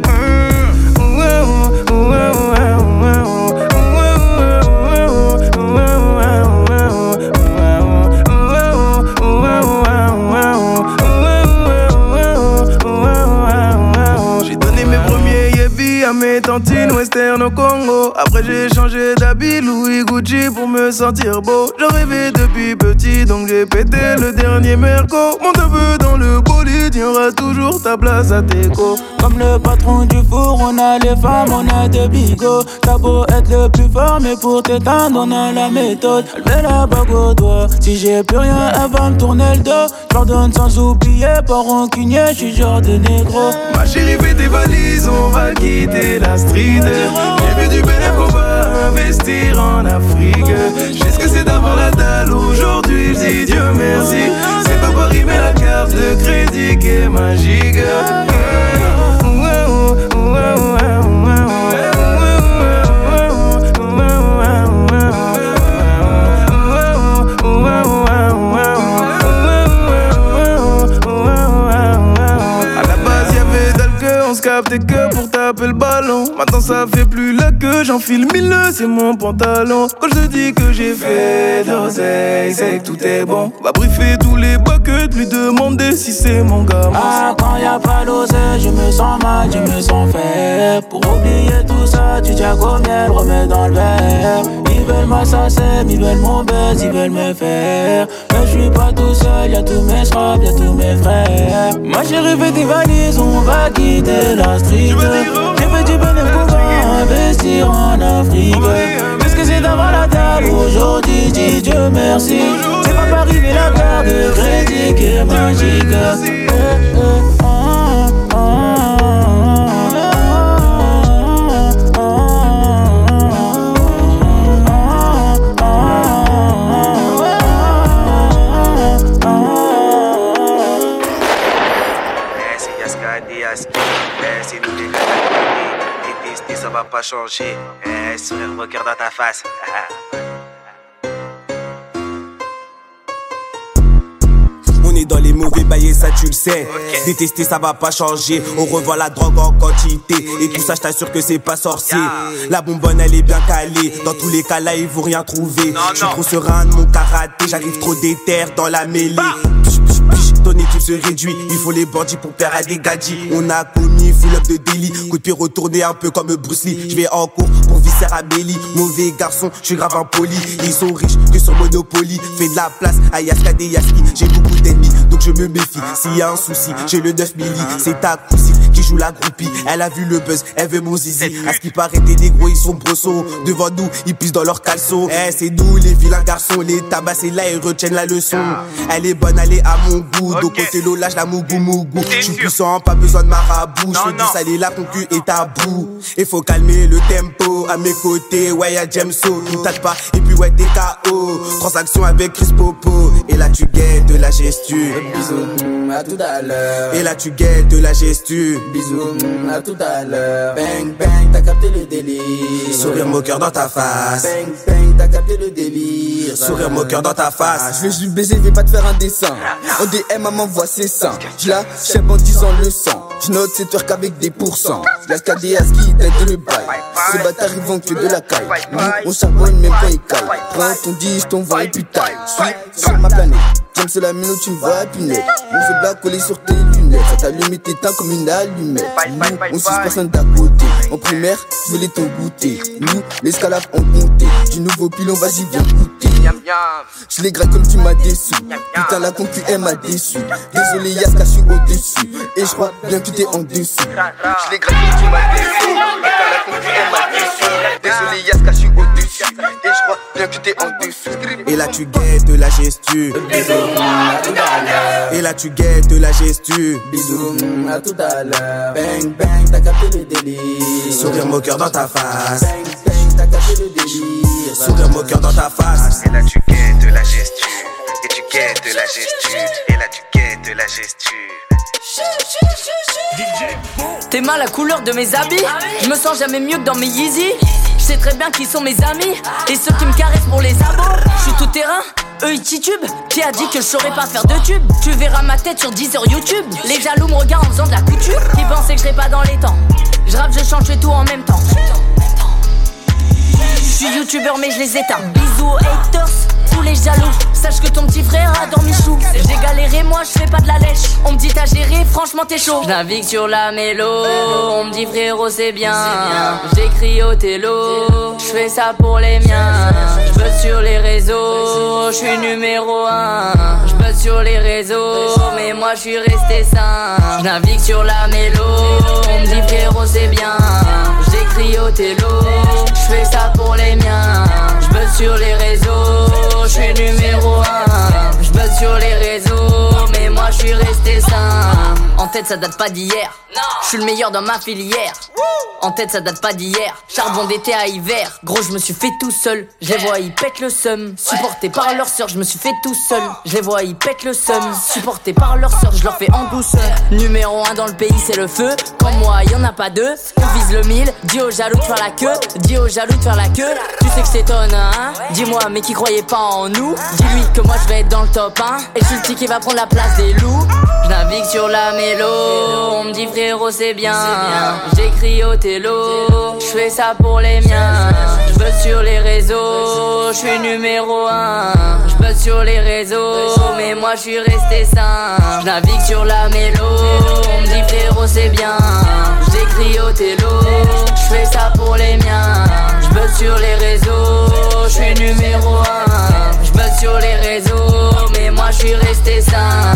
Mes tantines western au Congo. Après j'ai changé d'habit Louis Gucci pour me sentir beau. J'en rêvais depuis petit donc j'ai pété le dernier Merco. Mon neveu dans le bolide, y'aura toujours ta place à Teco. Comme le patron du four, on a les femmes, on a des bigots. T'as beau être le plus fort, mais pour t'éteindre, on a la méthode. Elle met la bague au doigt. Si j'ai plus rien, elle va me tourner le dos. J'pardonne sans oublier, pas rancunier, j'suis genre de négro. Ma chérie, fais tes valises, on va quitter la street. J'ai vu du bénéf qu'on va investir en Afrique. J'ai ce que c'est d'avoir la dalle aujourd'hui, j'dis Dieu merci. C'est pas Paris mais la carte de crédit qui est magique. Capté que pour taper le ballon. Maintenant ça fait plus la queue, j'enfile 1000, c'est mon pantalon. Quand je te dis que j'ai fait d'oseille, c'est que tout est bon. Va briefer tous les buckets, lui demander si c'est mon gars. Ah, quand y'a pas d'oseille, je me sens mal, je me sens faible. Pour oublier tout ça, tu tiens comme miel, remets dans le verre. Ils veulent ma sacème, ils veulent mon buzz, ils veulent me faire. Mais je suis pas tout seul, y'a tous mes scraps, y'a tous mes frères. Ma chérie fait des valises, on va quitter la street. J'ai fait du bénéfice qu'on va investir en Afrique. Qu'est-ce que c'est d'avoir la dalle aujourd'hui, dis Dieu merci. C'est pas Paris mais la carte de crédit qui est magique. Ça va pas changer, sourire moqueur dans ta face. On est dans les mauvais bails, ça tu le sais. Détester ça va pas changer. On revoit la drogue en quantité. Et tout ça je t'assure que c'est pas sorcier. La bonbonne elle est bien calée. Dans tous les cas là ils vont rien trouver. Je suis trop serein de mon karaté. J'arrive trop déter dans la mêlée. Ton équipe se réduit, il faut les bandits pour plaire à des gadgets. On a commis full up de délit. Coup de pied retourné un peu comme Bruce Lee. Je vais en cours pour visser à Belly. Mauvais garçon, je suis grave impoli. Ils sont riches que sur Monopoly. Fais de la place à Yaska des Yaski. J'ai beaucoup d'ennemis donc je me méfie. S'il y a un souci, j'ai le 9 milli. C'est ta cousine qui joue la groupie. Elle a vu le buzz, elle veut mon zizi. À ce qui paraît des négros ils sont brossons. Devant nous ils pissent dans leurs caleçons. C'est nous les vilains garçons. Les tabassés là ils retiennent la leçon. Elle est bonne, elle est à mon goût. Donc côté l'eau lâche la mougou mougou. J'suis puissant, pas besoin de marabout. J'fais du salé, la concu est tabou. Et faut calmer le tempo. À mes côtés, ouais y'a Jamso. Tout tâche pas, et puis ouais t'es KO. Transaction avec Chris Popo. Et là tu guettes de la gestu. Bisous, à tout à l'heure. Et là tu guettes de la gestu. Bisous, à tout à l'heure. Bang bang, t'as capté le délire. Sourire moqueur dans ta face. Bang bang, t'as capté le délire. Sourire moqueur dans ta face. Je vais juste baiser, vais pas te faire un dessin. En DM, maman voit ses seins. Je la chèpe en disant le sang. Je note cette heure qu'avec des pourcents. La scadé à ski, tête de le bail. Ces bâtards ils vont que de la caille. Nous, on charbonne même pas écaille. Prends ton disque, ton vent et putain. Je suis sur ma planète. J'aime c'est la minute, tu me vois punette. On se blague collé sur tes lunettes. Ça t'allume et t'éteint comme une allumette. Nous, on suce personne d'à côté. En primaire, je voulais ton goûter. Nous, l'escalade on comptait. Du nouveau pilon, vas-y viens goûter. Je les gratte comme tu m'as déçu. Putain la concu elle m'a déçu. Désolé Yaska, je suis au-dessus. Et je crois bien que tu t'es en dessous. Je les gratte comme tu m'as déçu. Putain la concu elle m'a déçu. Désolé Yaska, je suis au-dessus. Et je crois bien que tu t'es en dessous. Et là tu guettes de la gestu. Bisous, à tout à l'heure. Et là tu guettes de la gestu. Bisous, à tout à l'heure. Bang bang, t'as capté le délire. Sourire moqueur dans ta face. Bang bang, t'as capté le délire. Sourire moqueur dans ta face. Et là tu guettes de la gestu. Et tu guettes de la gestu. Et là tu guettes de la gestu. T'es mal la couleur de mes habits. Je me sens jamais mieux que dans mes Yeezy. Je sais très bien qui sont mes amis et ceux qui me caressent pour les abos. Je suis tout terrain, eux ils titubent. Qui a dit que je saurais pas faire de tube? Tu verras ma tête sur 10 heures YouTube. Les jaloux me regardent en faisant de la couture. Qui pensaient que je serais pas dans les temps. Je rappe, je chante, je fais tout en même temps. Je suis youtubeur mais je les éteins. Bisous aux haters, tous les jaloux. Sache que ton petit frère a dormi chou. J'ai galéré, moi je fais pas de la lèche. On me dit t'as géré, franchement t'es chaud. Je navigue sur la mélo, on me dit frérot c'est bien. J'écris au télo, je fais ça pour les miens. Je buzz sur les réseaux, je suis numéro 1. Je buzz sur les réseaux, mais moi je suis resté sain. Je navigue sur la mélo, on me dit frérot c'est bien. J'écris au télo, je fais ça pour les miens. Je buzz sur les réseaux, je suis numéro 1. Je buzz sur les réseaux, mais moi je suis resté sain. En tête ça date pas d'hier, je suis le meilleur dans ma filière. En tête ça date pas d'hier, charbon d'été à hiver. Gros je me suis fait tout seul, je les vois ils pètent le seum. Supporté par leur sœur, je me suis fait tout seul. Je les vois ils pètent le seum. Supporté par leur sœur, je leur fais en douceur. Numéro 1 dans le pays c'est le feu. Comme moi y'en a pas deux, on vise le 1000. Dis aux jaloux de faire la queue, dis aux jaloux de faire la queue. Tu sais que c'est t'étonne hein. Dis-moi mais qui croyait pas en nous. Dis-lui que moi je vais être dans le top 1. Et je suis le petit qui va prendre la place des loups. Je navigue sur la mélo, on me dit frérot c'est bien. J'écris au télo, je fais ça pour les miens. Je buzz sur les réseaux, je suis numéro 1. Je buzz sur les réseaux, mais moi je suis resté sain. Je navigue sur la mélo, on me dit frérot c'est bien. J'écris au télo, je fais ça pour les miens. Je buzz sur les réseaux, je suis numéro 1. Je buzz sur les réseaux, mais moi je suis resté sain.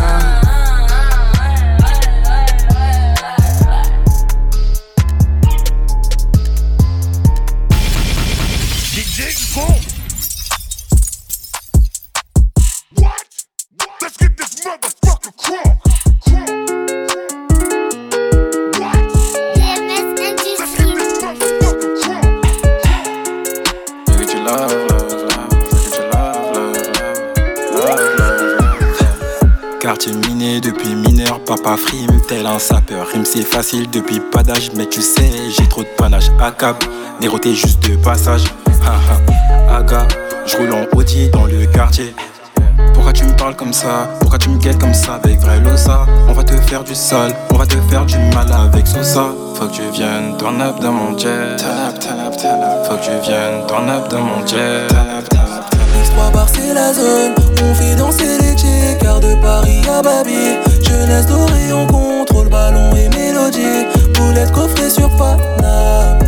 Quartier miné depuis mineur, papa frime tel un sapeur. Rime c'est facile depuis pas d'âge, mais tu sais j'ai trop de panache. A cap, Néro t'es juste de passage. Haha, aga, je roule en Audi dans le quartier. Pourquoi tu me parles comme ça? Pourquoi tu me guettes comme ça avec vrai losa? On va te faire du sale, on va te faire du mal avec Sosa. Faut que tu viennes turn up dans mon jet. Faut que tu viennes turn up dans mon jet. X3 bar c'est la zone, on fait danser les chicks. Car de Paris à Babi, jeunesse dorée, on contrôle ballon et mélodie. Boulette coffrée sur Paname.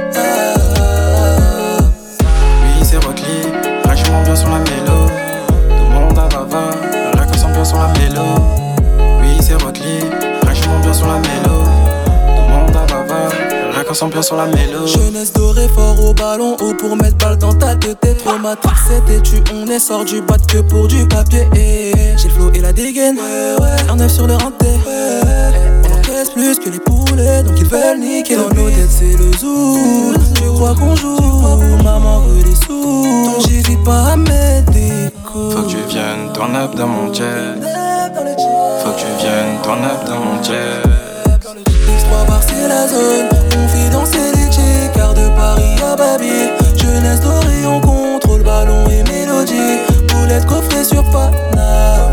Oui c'est Rockly, rachement bien sur la mélo. Tout le monde à Vava, raconte bien sur la mélo. Oui c'est Rockly, rachement bien sur la mélo. Tout le monde à Vava, raconte bien sur la mélo. Jeunesse dorée, fort au ballon, haut pour mettre balle dans ta tête. Trop matrixé, têtu, on est sort du bat que pour du papier. J'ai le flow et la dégaine, un neuf sur le renté. On encaisse plus que les poulets, donc ils veulent niquer. Dans nos têtes c'est le zoo, tu crois qu'on joue, maman veut des sous, donc j'hésite pas à mettre des coups. Faut que tu viennes turn up dans mon jet. Faut que tu viennes turn up dans mon jet. X3 bar c'est la zone, on fait danser les chicks. Car de Paris à Babi, jeunesse dorée, on contrôle ballon et mélodie. Boulette coffrée sur Paname.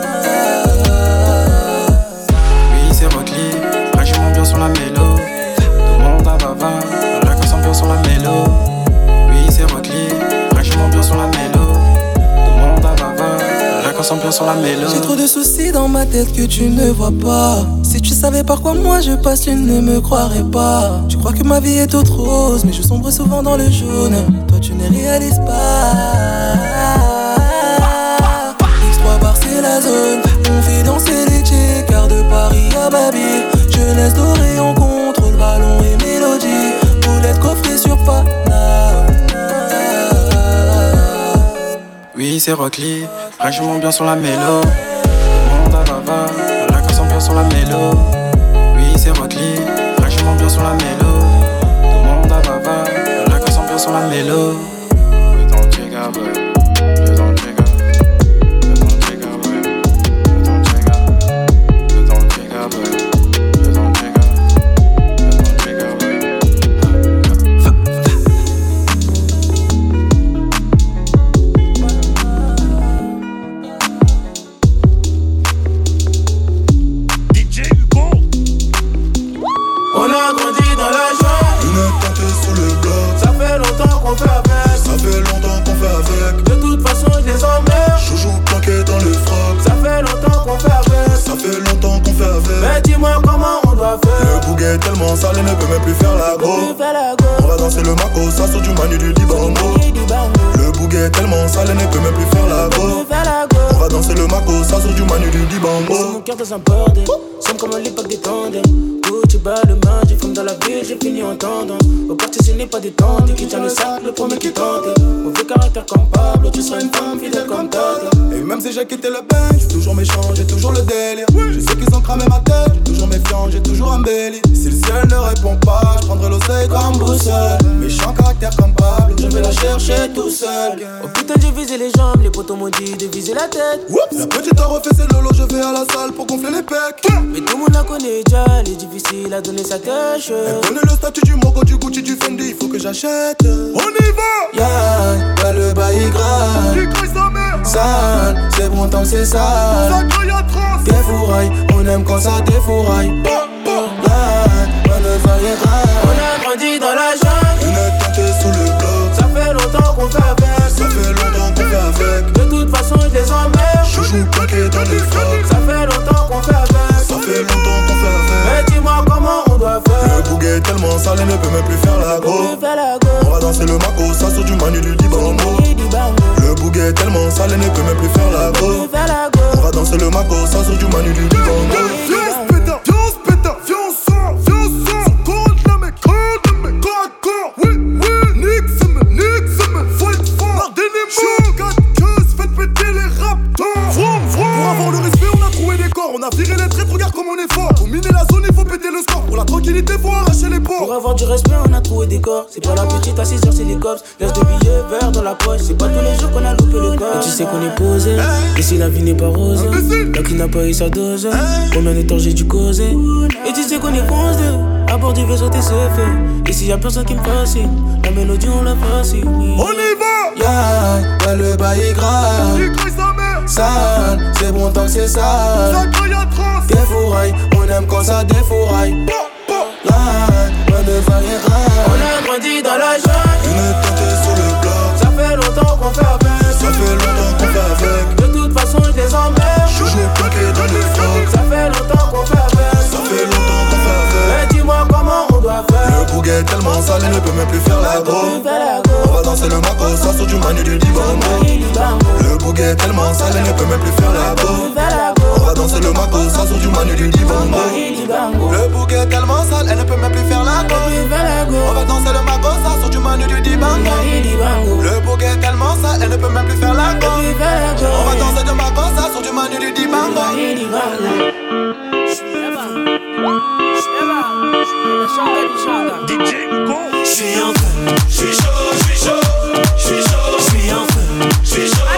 Oui c'est Rockly, rachement bien sur la mélo. Tout le monde à Vava, raconte bien sur la mélo. Oui c'est Rockly, rachement bien sur la mélo. Tout le monde à Vava, raconte bien sur la mélo. J'ai trop de soucis dans ma tête que tu ne vois pas. Si tu savais par quoi moi je passe, tu ne me croirais pas. Tu crois que ma vie est toute rose, mais je sombre souvent dans le jaune. Toi tu ne réalises pas. X3 bar c'est la zone, on fait danser les chicks. Car de Paris à Babi, jeunesse dorée, on contrôle ballon et mélodie. Boulette coffrée sur Paname. Oui c'est Rockly, rachement bien sur la mélo. Tout le monde à Vava, raconte bien sur la mélo. Oui c'est Rockly, rachement bien sur la mélo. Tout le monde à Vava, raconte bien sur la mélo. Je t'en check boy. Je t'en check boy. Je t'en check boy. Je t'en check boy. Mais dis-moi comment on doit faire. Le bouquet est tellement sale, il ne peut même plus faire la go. On va danser le Mako, ça sur du Manu du Dibango. Le bouquet est tellement sale, il ne peut même plus faire la go. On va danser le Mako, ça sur du Manu du Dibango. Mon cœur dans un bordel, semble comme à l'époque des tandems. Gucci bas le main, j'ai femme dans la ville, j'ai fini en tendance. Au quartier ce n'est pas détente, qui tient le sac, le premier qui tente. Mauvais caractère comme Pablo, tu seras une femme fidèle comme Tata. Et même si j'ai quitté le bain, j'ai toujours méchant, j'ai toujours le délire. Je sais qu'ils ont cramé ma tête, j'ai toujours méfiant, j'ai toujours embelli. Si le ciel ne répond pas, je prendrai l'océan comme boussole. Méchant caractère comme Pablo, je vais la chercher tout seul. Oh putain j'ai visé les jambes, les potos m'ont dit de viser la tête. La petite a refait ses lolos, je vais à la salle pour gonfler les pecs. Mais tout le monde la connaît déjà, elle est difficile à donner sa cache. Elle connaît le statut du Mogo, du Gucci, du Fendi, il faut que j'achète. On y va! Y'a le bail grave. Sale, c'est bon tant que c'est sale. Défouraille, on aime quand ça défouraille. On a grandi dans la jungle. On est tenté sous le bloc. Ça fait longtemps qu'on fait avec. Ça fait longtemps qu'on fait avec. De toute façon je les emmerde. Je joue plaqué dans les frocs. Ça fait longtemps qu'on fait avec. Ça fait longtemps qu'on fait avec. Mais dis-moi comment on doit faire. Le bouquet est tellement sale, il ne peut même plus faire la go. On va danser le Mako, ça sur du Manu du Dibango. Le bouquet est tellement sale, il ne peut même plus faire la go. On va danser le Mako, ça sur du Manu du Dibango. Viens on se péta, viens on se péta, viens on sort, viens on sort. Compte la mec, corps à corps. Oui, nique faut être fort. Mardez les mots, 4 queues, faites péter les raptors. Pour avoir le respect, on a trouvé des corps. On a viré les traîtres, regarde comme on est fort. Pour miner la zone, il faut péter le score. Pour la tranquillité, faut arracher les ports. Pour avoir du respect, on a trouvé des corps. C'est pas la petite à 6h, c'est les cops. Laisse de billets verts dans la poche. C'est pas tous les jours qu'on a loupé le corps. Et tu sais qu'on est posé. Et si la vie n'est pas rose, la qui n'a pas eu sa dose. Combien de temps j'ai dû causer. Et tu sais qu'on est foncé. À bord du vaisseau, t'es fait. Et s'il y a personne qui me fascine, la mélodie, on la fascine. On y va! Y'a le bail grave. Sale, c'est bon tant que c'est sale. Défouraille, on aime quand ça défouraille. On a grandi dans la jungle. On est tenté sur le bloc. Ça fait longtemps qu'on fait avec. Ça fait longtemps qu'on fait avec. De toute façon je les emmerde. Je joue plaqué dans les frocs. Ça fait longtemps qu'on fait avec. Ça fait longtemps qu'on fait avec. Mais dis-moi comment on doit faire. Le bouquet est tellement sale, il ne peut même plus faire la go. On va danser le Mako, ça sur du Manu du Dibango. Le bouquet est tellement sale, il ne peut même plus faire la go. On va danser le Mako, ça sur du Manu du Dibango. Le bouquet est tellement sale, elle ne peut même plus faire la go. On va danser le Mako, ça sur du Manu du Dibango. Le bouquet est tellement sale, elle ne peut même plus faire la go. On va danser le Mako, ça sur du Manu du Dibango. J'suis en feu, j'suis chaud, j'suis chaud, j'suis chaud, j'suis en feu, j'suis chaud,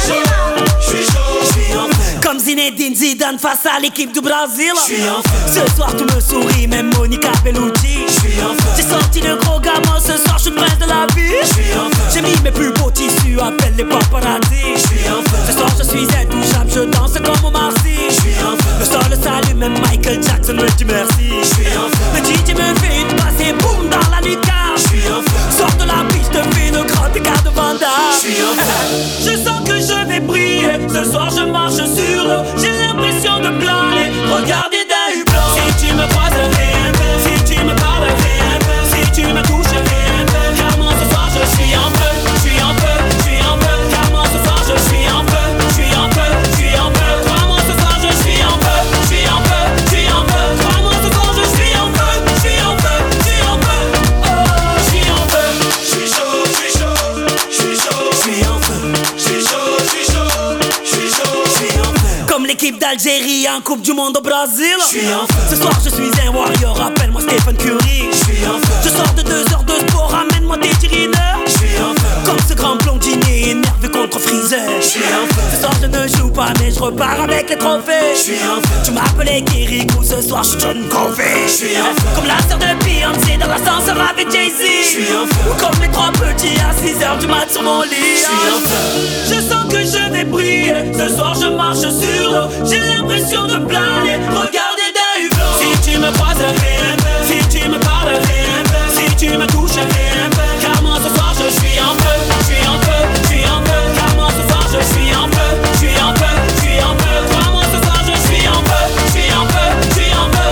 j'suis chaud, j'suis en feu. Comme Zinedine Zidane face à l'équipe du Brésil. J'suis en feu. Ce soir tu me souris, même Monica Bellucci. J'suis en feu. J'ai sorti le gros gamin, ce soir j'suis le prince de la vie. J'suis en feu. J'ai mis mes plus beaux tissus, appelle les paparazzi. J'suis en feu. Ce soir je suis intouchable, je danse comme Omar Sy. J'suis en feu. Le sol s'allume, même Michael Jackson me dit merci. J'suis en feu. Le DJ me fait une passe et boum dans la lucarne. J'suis en feu. Sors de la piste, fais le grand écart de Vanda. J'suis en feu. Je sens que je vais briller. Ce soir je marche sur l'eau. J'ai l'impression de planer. Regardez d'un hublot. Si tu me croises, rien ne fait. Si tu me parles, rien ne fait. Si tu me touches, rien ne fait. Car moi ce soir je suis en feu. Je suis en feu, je suis en feu. Car moi ce soir je suis en feu. Je suis en feu, je suis en feu. Crois-moi ce soir je suis en feu. Je suis en feu, je suis en feu. Crois-moi ce soir je suis en feu. Je suis en feu, je suis en feu. Oh, je suis en feu. Je suis chaud, je suis chaud, je suis chaud, Je suis en feu. je suis chaud, je suis chaud, je suis chaud, je suis en feu. Comme l'équipe d'Algérie en Coupe du Monde au Brésil. Je suis en feu. Ce soir je suis un warrior, appelle-moi Stephen Curry. Je suis en feu. Je sors de 2 heures de sport, ramène-moi tes tirineurs. Je suis en feu. Comme ce grand blondinier énervé contre Freezer. Je suis en feu. Ce soir je ne joue pas mais je repars avec les trophées. Je suis en feu. Tu m'appelais Kirikou, ce soir je suis John Covey. Je suis en feu. Comme la sœur de Beyoncé dans l'ascenseur avec Jay-Z. Je suis en feu. Ou comme les 3 petits à 6h du mat sur mon lit. Je suis en feu. Je sens que je vais briller. Ce soir je marche sur l'eau. J'ai l'impression de planer. Regardez d'un hublot. Si tu me croises, rien ne fait. Si tu me parles, rien ne fait. Si tu me touches, rien ne fait. Car moi ce soir je suis en feu. Je suis en feu, je suis en feu. Car moi ce soir je suis en feu. Je suis en feu, je suis en feu. Crois-moi ce soir je suis en feu. Je suis en feu, je suis en feu.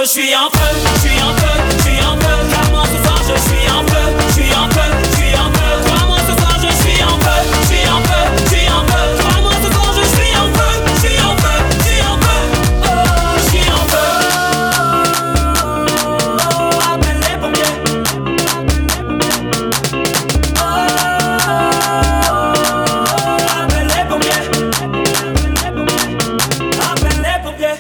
je suis en feu, je suis en feu, je suis en feu. Car ce soir je suis en feu, je suis en feu, je suis en feu. Crois-moi ce soir je suis en feu, je suis en feu, je suis en feu. Crois-moi ce soir je suis en feu, je suis en feu, je suis en feu. Oh, je suis en feu. Oh, appelle les pompiers. Oh, appelle les pompiers. Appelle les pompiers.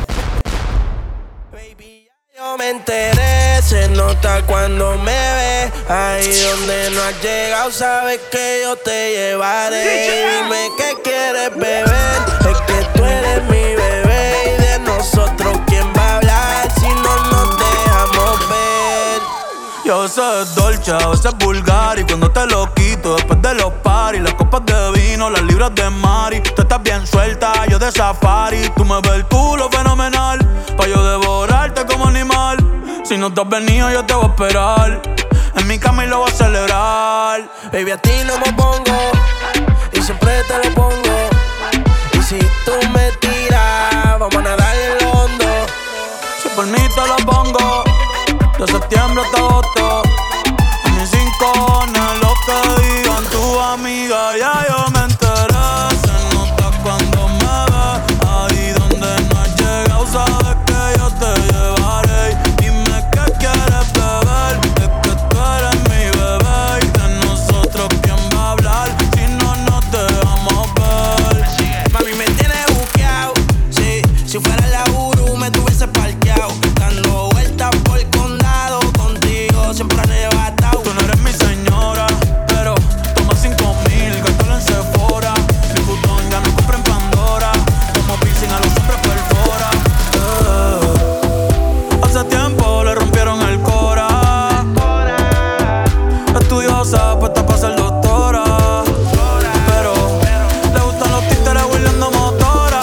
Yo me enteré, se nota cuando me ves. Ahí donde no has llegado, sabes que yo te llevaré. Dime qué quieres beber, es que tú eres mi bebé. Y de nosotros, ¿quién va a hablar si no nos dejamos ver? Yo sé es dolce, a veces vulgar. Y cuando te lo quito, después de los parties, las copas de vino, las libras de Mari. Tú estás bien suelta, yo de safari. Tú me ves el culo fenomenal, pa' yo devorarte como animal. Si no te has venido, yo te voy a esperar en mi cama y lo voy a celebrar. Baby, a ti no me pongo y siempre te lo pongo. Y si tú me tiras, vamos a nadar en lo hondo. Si por mí te lo pongo, de septiembre hasta agosto. A mis 5 cojones, lo que digan tu amiga, ya yo me enteré. Se nota cuando me ves, ahí donde no has llegado, sabes que yo te llevaré. Dime qué quieres beber, es que tú eres mi bebé. Y de nosotros, ¿quién va a hablar si no nos dejamos ver? Mami, me tienes buqueado, sí. Si fuera la Uru, me tuviese parqueado. Dando vueltas por el condado, contigo siempre arrebatado. Tú no eres mi señora, pero toma 5,000, gástalo en Sephora. Mi putón ya no compra en Pandora, como piercing a los hombres perfora. Hace tiempo le rompieron el cora. Estudiosa, puesta pa' ser doctora, pero le gustan los títeres huirleando motora.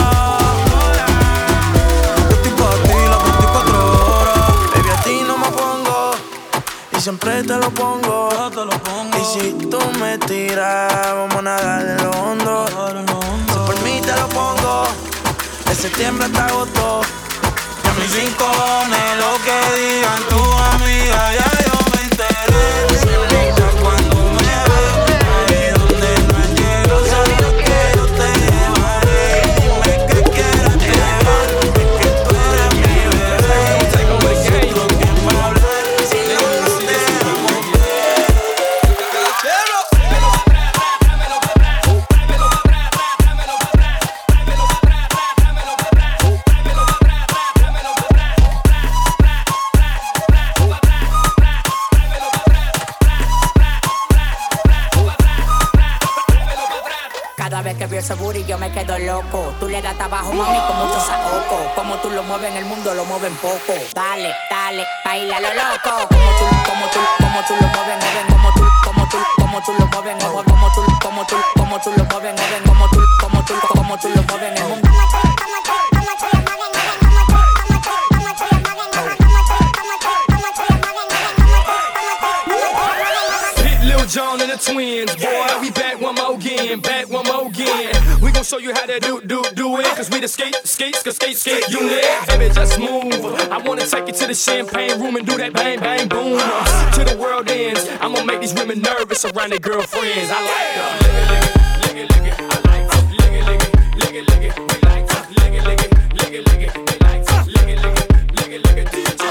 Yo estoy pa' ti las 24 horas. Baby, a ti no me pongo y siempre te lo pongo. Y si tú me tiras, vamos a nadar en lo hondo. Si por mí te lo pongo, de septiembre hasta agosto. Y a mis 5 cojones, lo que digan tu amiga, ya yo me enteré. Se nota cuando me ves, ahí donde no has llegado, sabes que yo te llevaré. Dime qué quieres beber, es que tú eres mi bebé. Nosotros, ¿quién va a hablar si no nos dejamos ver? Cada vez que veo ese booty yo me quedo loco. Tú le das abajo, mami, con mucho saoco. Como tú lo mueves en el mundo, lo mueven poco. Dale, dale, baila lo loco. Como tú lo mueves, como tú lo mueves, como tú lo mueves, como tú lo mueves, como tú lo mueves en el mundo. Lil Jon and the twins, boy, we back one more again, back one more again. We gon' show you how to do it, cause we the skate unit. Baby, just move. I wanna take you to the champagne room and do that bang, bang, boom. To the world ends, I'm gonna make these women nervous around their girlfriends. I like that. Lick it, lick it, I like that. Lick it, lick it, lick it, lick it, we like that. Lick it, lick it, lick it, lick it, we like that. Lick it, lick it, lick it, lick it, DJ.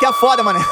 aqui é foda, mano.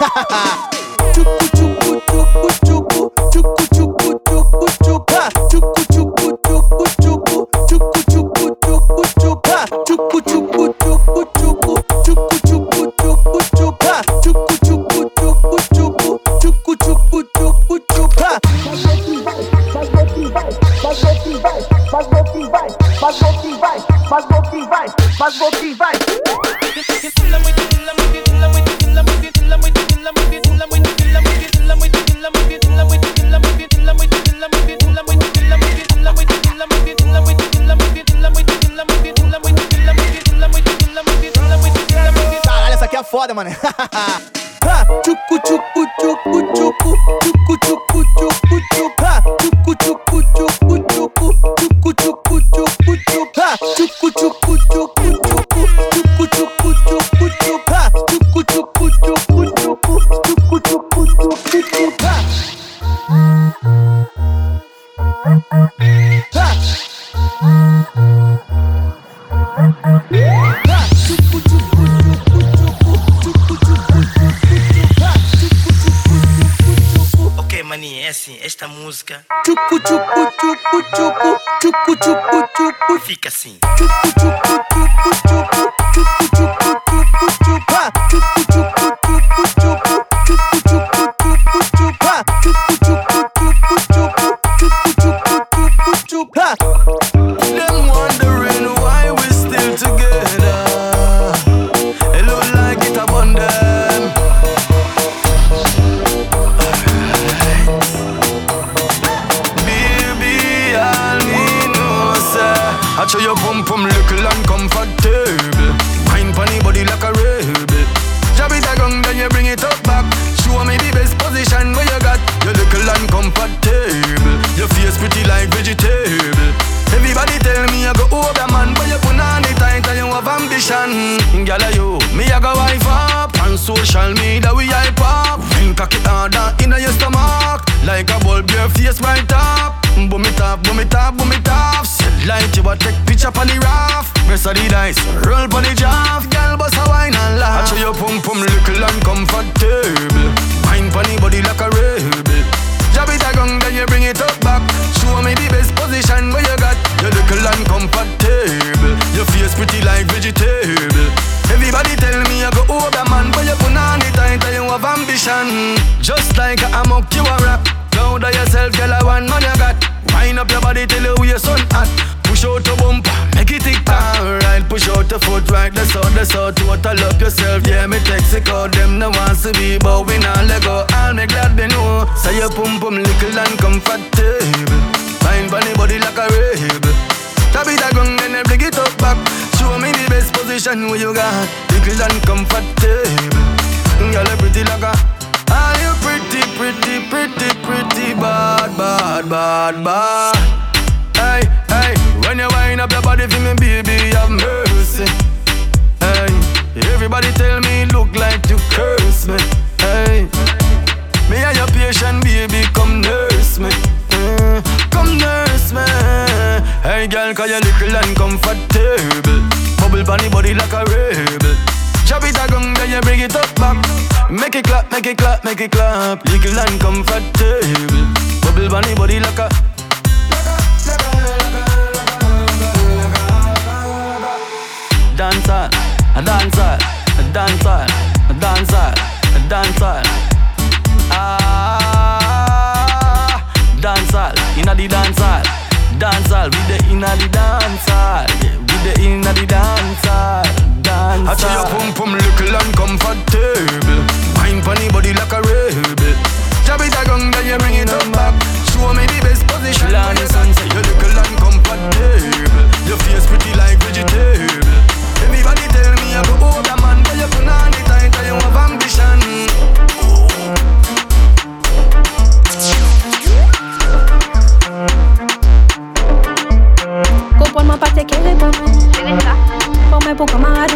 Caralho, essa aqui é foda, mano. Ok, maninha, é assim, esta música fica assim. Them wondering why we still together. It look like it upon them. Baby, all me know, sir. I show your pum pum little and comfortable. Wine funny body like a rebel. Jab it a gun, then you bring it up back. Show me the best position where you got. You're little and comfortable. Your face pretty like vegetable. Everybody tell me I go over man, but you put on the tight and you have ambition. Gyal you, me I go wife up on social media we hype up. Then cock it harder inna your stomach, like a bulb your face right up. Boom it up, boom it up, boom it up. Set light you a take picture on the raft. Rest of the dice, roll on the jaff. Gyal bust a wine and laugh. I show your pum pum little and comfortable. Wine pon the body like a rebel. Jab it a gun, then you bring it up back. Show me the best position where you got. You're little and comfortable. Your face pretty like vegetable. Everybody tell me I go over man, but you put on it tight and you have ambition. Just like a amok you a rap. Proud of yourself, girl, I want man you got. Wind up your body till you wear sun hot. Push out your bumper, make it tick tock. Alright, push out your foot right, that's all. Total up yourself, yeah, me text it call. Them no wants to be, but we not let go. I'll make glad they know. Say your pum pum little and comfortable. Fine bunny body like a rebel. Tap it a gun and bring it up back. Show me the best position where you got. Little and comfortable. Girl, you pretty like a. Are you pretty, pretty, pretty, pretty bad, bad, bad, bad? Hey, hey, when you wind up your body for me, baby, have mercy. Hey, everybody tell me look like you curse me. Hey, me and your patient, baby, come nurse me. Come nurse me. Hey, girl, cause you little and comfortable. Bubble bunny body like a rebel. Chop it a gun, then you bring it up back. Make it clap, make it clap, make it clap. Little and comfortable. Bubble bunny body like a. Dancehall, a dancehall, a dancehall, a dancehall, a dancehall. Ah, dancehall, inna the dancehall, dancehall, we the inna the dancehall, we the inna the dancehall, dancehall. I tell you pum pum little and comfortable. Wine pon the body like a rebel. Jab it a gun, then you bring it up back. Show me the best position. Land the sun, say you little and comfortable. Your face pretty like vegetable. Everybody tell me I go over man, but you put on the tight and you have ambition. Comprends-moi pas tes quérébons. Pour moi, pour camarade.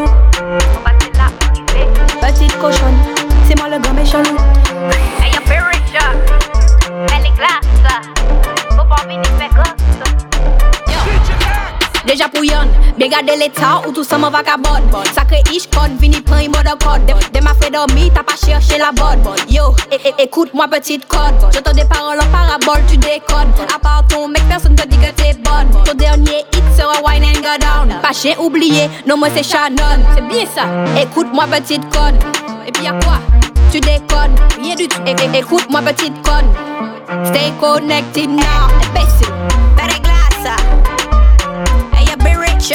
Petite cochonne, c'est moi le grand méchant loup. Hey, your favorite shot. Elle est glace. Faut pas venir faire gosse. Deja pou yon, bien garder l'état ou tout ça m'en vagabonde. Sacré ish code, vini prend une mode code. De ma fait dormir, t'as pas cherché la bonne. Yo, écoute-moi petite code. J'entends des paroles en parabole, tu décodes. À part ton mec, personne te dit que t'es bonne. Ton dernier hit sera wine and go down. Pas chien oublié, non moi c'est Shannon. C'est bien ça, écoute-moi petite code. Et puis y'a quoi? Tu déconnes, rien du tout. Écoute-moi petite conne. Stay connected now. Imbécile, t'as des glaces. Hey, you be rich.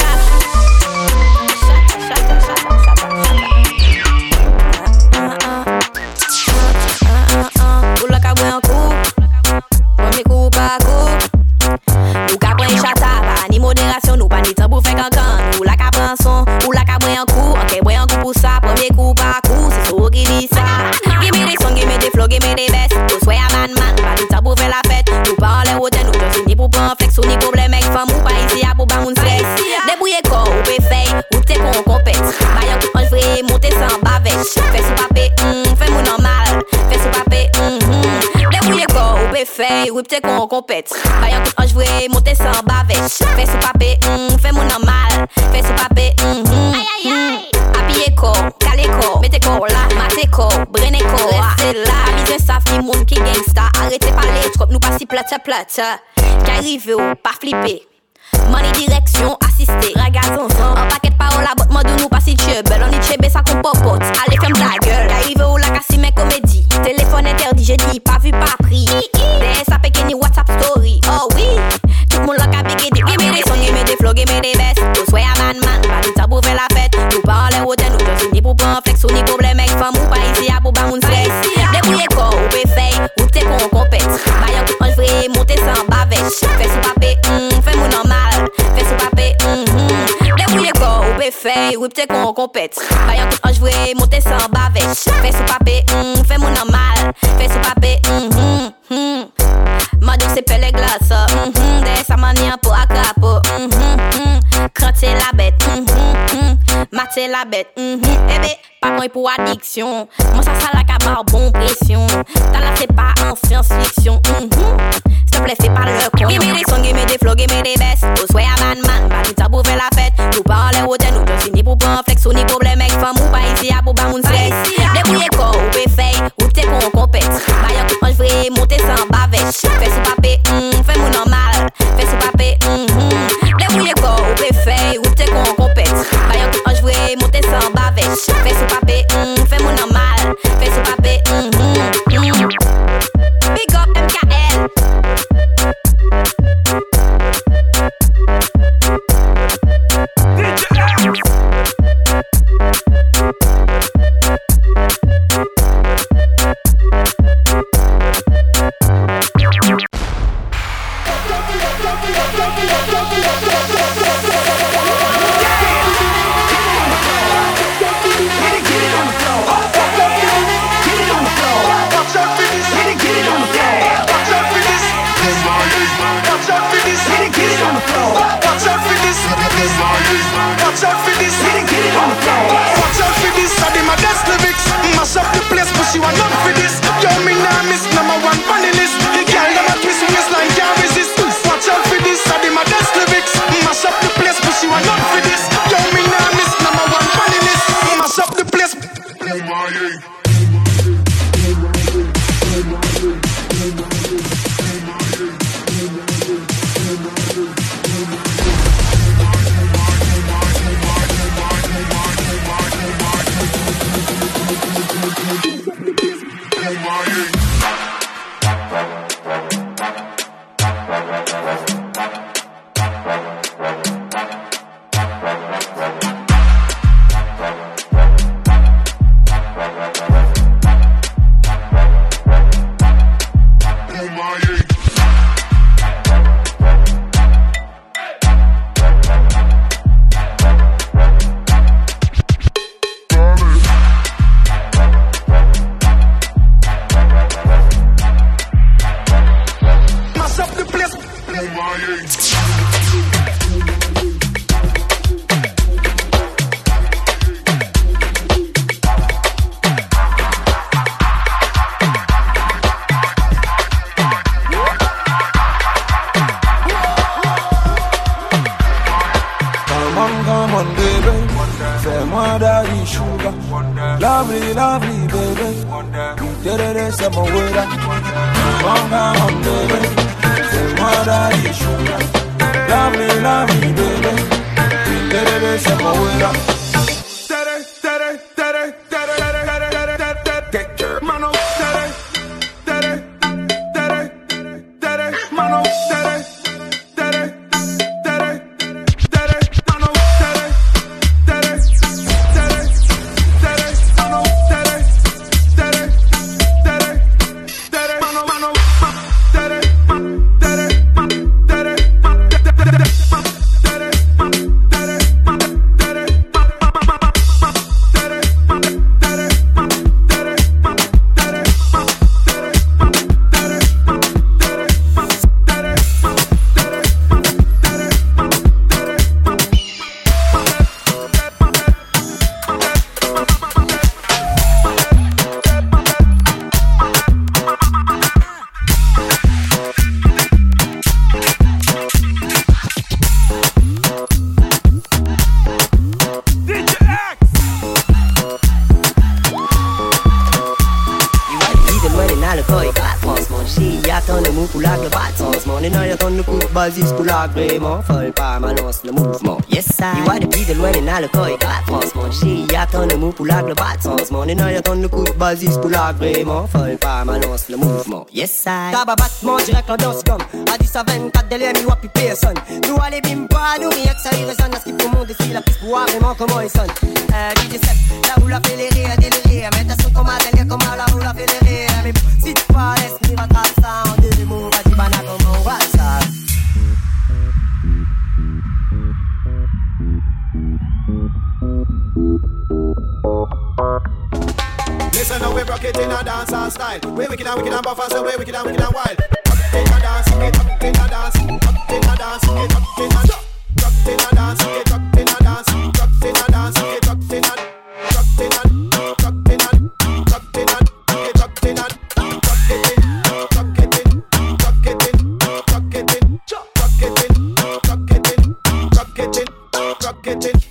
Ou la ka bwe an kou, premier coup par coup. Ou ka bwe chata, pa ni modération, nou pa ni temps pou fè kankan. Ou la ka bwe son, ou la ka bwe an kou, ok bwe an kou pou sa, premier coup par coup, c'est so qui dit ça. Give me des sons, give me des flows, give me des best. Ou soy a man, pa ni temps pou fè la fête. Nou pa an lè wote, nou te fini pou pran flex. Ou ni problème ek fam, ou pa isi a pou ba moun stress. Débrouillé ko, ou pe fey, ou te kon kompet. Bayan tout anj vre, monte sans bavèche. Fè sou papé, fè moun normal. Fè sou papé, débrouillé ko, ou pe fey, ou te kon kompet. Bayan tout anj vre, monte sans bavèche. Fè sou papé, fè moun normal. Fè sou papé, habillé ko, calé ko, mette ko la, mate ko, brene ko, reste là. Mise saf ni moun ki gangsta. Arrêtez parler, trop nous pas si plate. Qu'arrive ou pas flipper. Money direction assisté, ragazon en paquet de paroles à botte, mandou nous pas si belle. On y tchébé ça qu'on popote, allez ferme ta gueule. Arrive où la cassi mes comédie. Téléphone interdit, j'ai dit pas vu, pas pris. DSA péké ni WhatsApp story, oh oui. Tout le monde l'a capé, give me des sons, give me des flows, give me des best. Ou soy a man, pas du temps pour faire la fête. Nous pas en l'air hôtel, nous te fini pour prendre flex. Ou ni problème avec femme, ou pas ici à pour pas moun stress. Débrouillé quoi, ou pe fey, ou t'es qu'on compète. Bayan tout anj vre, monter sans bavèche. Fais sous papé, fais mon normal. Fais sous papé, débrouillé quoi, ou pe fey, ou t'es qu'on compète. Bayan tout anj vre, monter sans bavèche. Fais sous papé, fais mon normal. Fais sous papé, Madou c'est pelle glace, des sa mania pour acapo, crater la bête, mater la bête, bébé, pas moi pour addiction. Moi ça la cabar bon pression. T'as là c'est pas en science-fiction. S'il te plaît fais pas le con. Give me des sons, give me des flows, give me des best. Ou soy a man, pas du temps pour faire la fête. Nous pas en l'air hôtel, nous te fini pour prendre flex. Ou ni problème avec femme, ou pas ici à pour pas moun stress. Débrouillé quoi, ou pe fey, ou t'es qu'on compète. Bayan tout anj vre, monter sans bavèche. Fais sous papé, fais mon normal. Fais sous papé, débrouillé quoi, ou pe fey, ou t'es qu'on compète. Bayan tout anj vre, monter sans bavèche. Fais sous papé, fais mon normal. Fais sous papé, big up MKL. one baby. Fais-moi daddy sugar. Lovely, lovely baby. Terere c'est mon wera. One baby. Fais-moi daddy sugar. Lovely, lovely baby. Terere c'est mon wera. Get your man up, man up, Basis pour l'agrément, folle pas balance le mouvement. Yes, I. You are the beat loin et n'a le corps et quatre franchement. J'ai attend le mot pour l'agre pas de sens. Mon énorme attend le coup de basis pour l'agrément, folle pas balance le mouvement. Yes, I. Tabac battement direct en danse comme à 10 à 24 délai, mi wapi personne. Nous allez bim pas, nous rien que ça y résonne. À ce qui pour mon défi, la piste pour voir vraiment comment il sonne. DJ 7, là où la fait les rires, délire. Mais t'as son comme à délire, comme là où la fait les rires. Mais si tu pas laisse, mi va tracer ça en deux mots. Vas-y, bana comme on va ça. Listen now, we rock it in a dancehall style. We wicked and buff and we wicked and wild. Rock in a dance, rock in a dance, rock in a dance, rock in a dance, rock in a dance, rock in a dance, rock in a dance, rock in a rock in a rock in a rock in a rock in a rock it in, rock it in, rock it in, rock it in, rock it in, rock it in, rock it in, rock it in.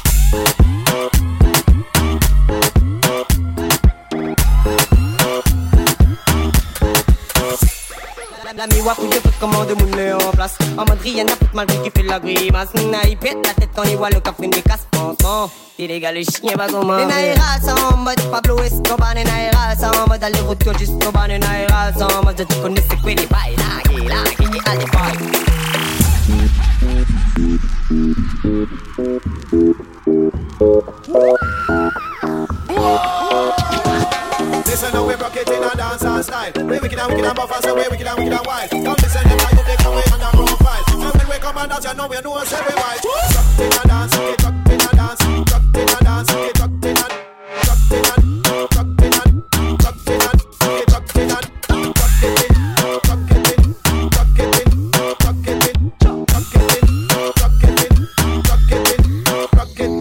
La mi-wap ou de foot comment de moun le en place. En mode rien à foutre malgré qui fait la grimace. N'a y pète la tête quand il voit le café des casse pansement. Illégal le chien va comment. Les naïras sont en mode Pablo Escobar. Les naïras sont en mode aller-retour jusqu'au bar. Les naïras sont en mode tu connais c'est quoi les bails. Là, qui est à des bails. Listen now, we rock it in a dancehall style. We wicked and buff and we wicked and wild. Come listen to how you take away on the profile. So when we come and dance, you know we know us every while. Rock in a dance, rock in a dance, rock in a dance, rock in a, rock in a, rock in a, rock in a, rock in a, rock it in, rock it in, rock it in, rock it in, rock it in, rock it in, rock it in, rock it in.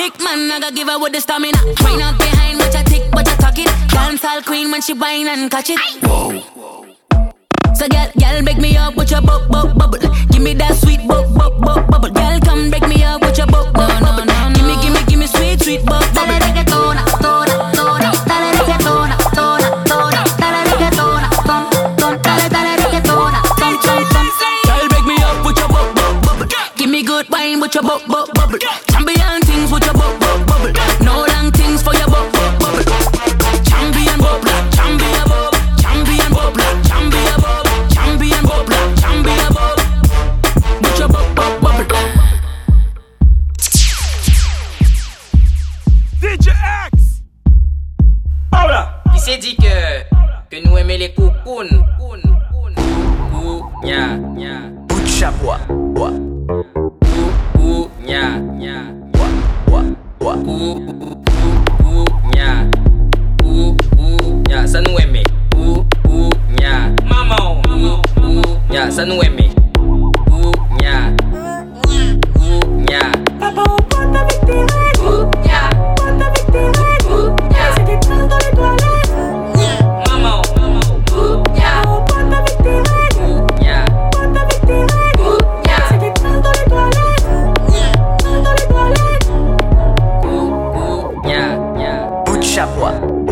Big man, I gotta give her with the stamina. Wine out behind, watch her tick, watch her talk it. Dance all queen when she whine and catch it. Whoa. So girl, break me up with your bubble. Give me that sweet bubble. Girl, come break me up with your bubble. Give me sweet bubble. Dale reggaetona, tona, tona. Dale reggaetona, tona, tona. Dale reggaetona, ton, dale reggaetona, ton. Girl, break me up with your bubble. Give me good wine with your bubble. Champion things with your bubble. No long things for your bubble. Champion bubble, champion bubble, champion bubble, champion bubble, champion bubble, champion bubble. With your bubble. DJ X. Paula. Qui s'est dit que nous aimons les coupounes? Nya, nya. Bout de chapeau. Nya, nya. Nya. Nya, ça nous aime. Nya. Maman. Nya, ça nous aime. Nya. Nya. Papa, on porte avec tes règles. Nya. Porte avec tes règles. Nya. C'est des traces dans les toilettes. Maman. Nya. On porte avec tes règles. Nya. Porte avec tes règles. Nya. C'est des traces dans les toilettes. Dans les toilettes. Nya. Nya. Bout de chapeau.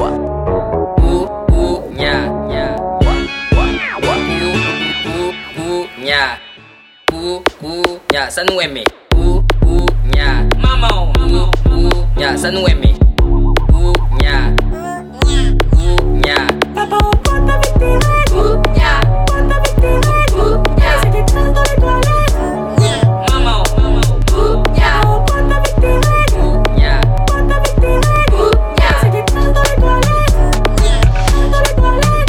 Nya, ça nous aime. Nya, maman. Nya, ça nous aime. Nya, nya. Papa, on porte avec tes règles. Nya, porte avec tes règles. Nya, c'est des traces dans les toilettes. Maman. Nya, on porte avec tes règles. Nya, porte avec tes règles. Nya, c'est des traces dans les toilettes. Dans les toilettes.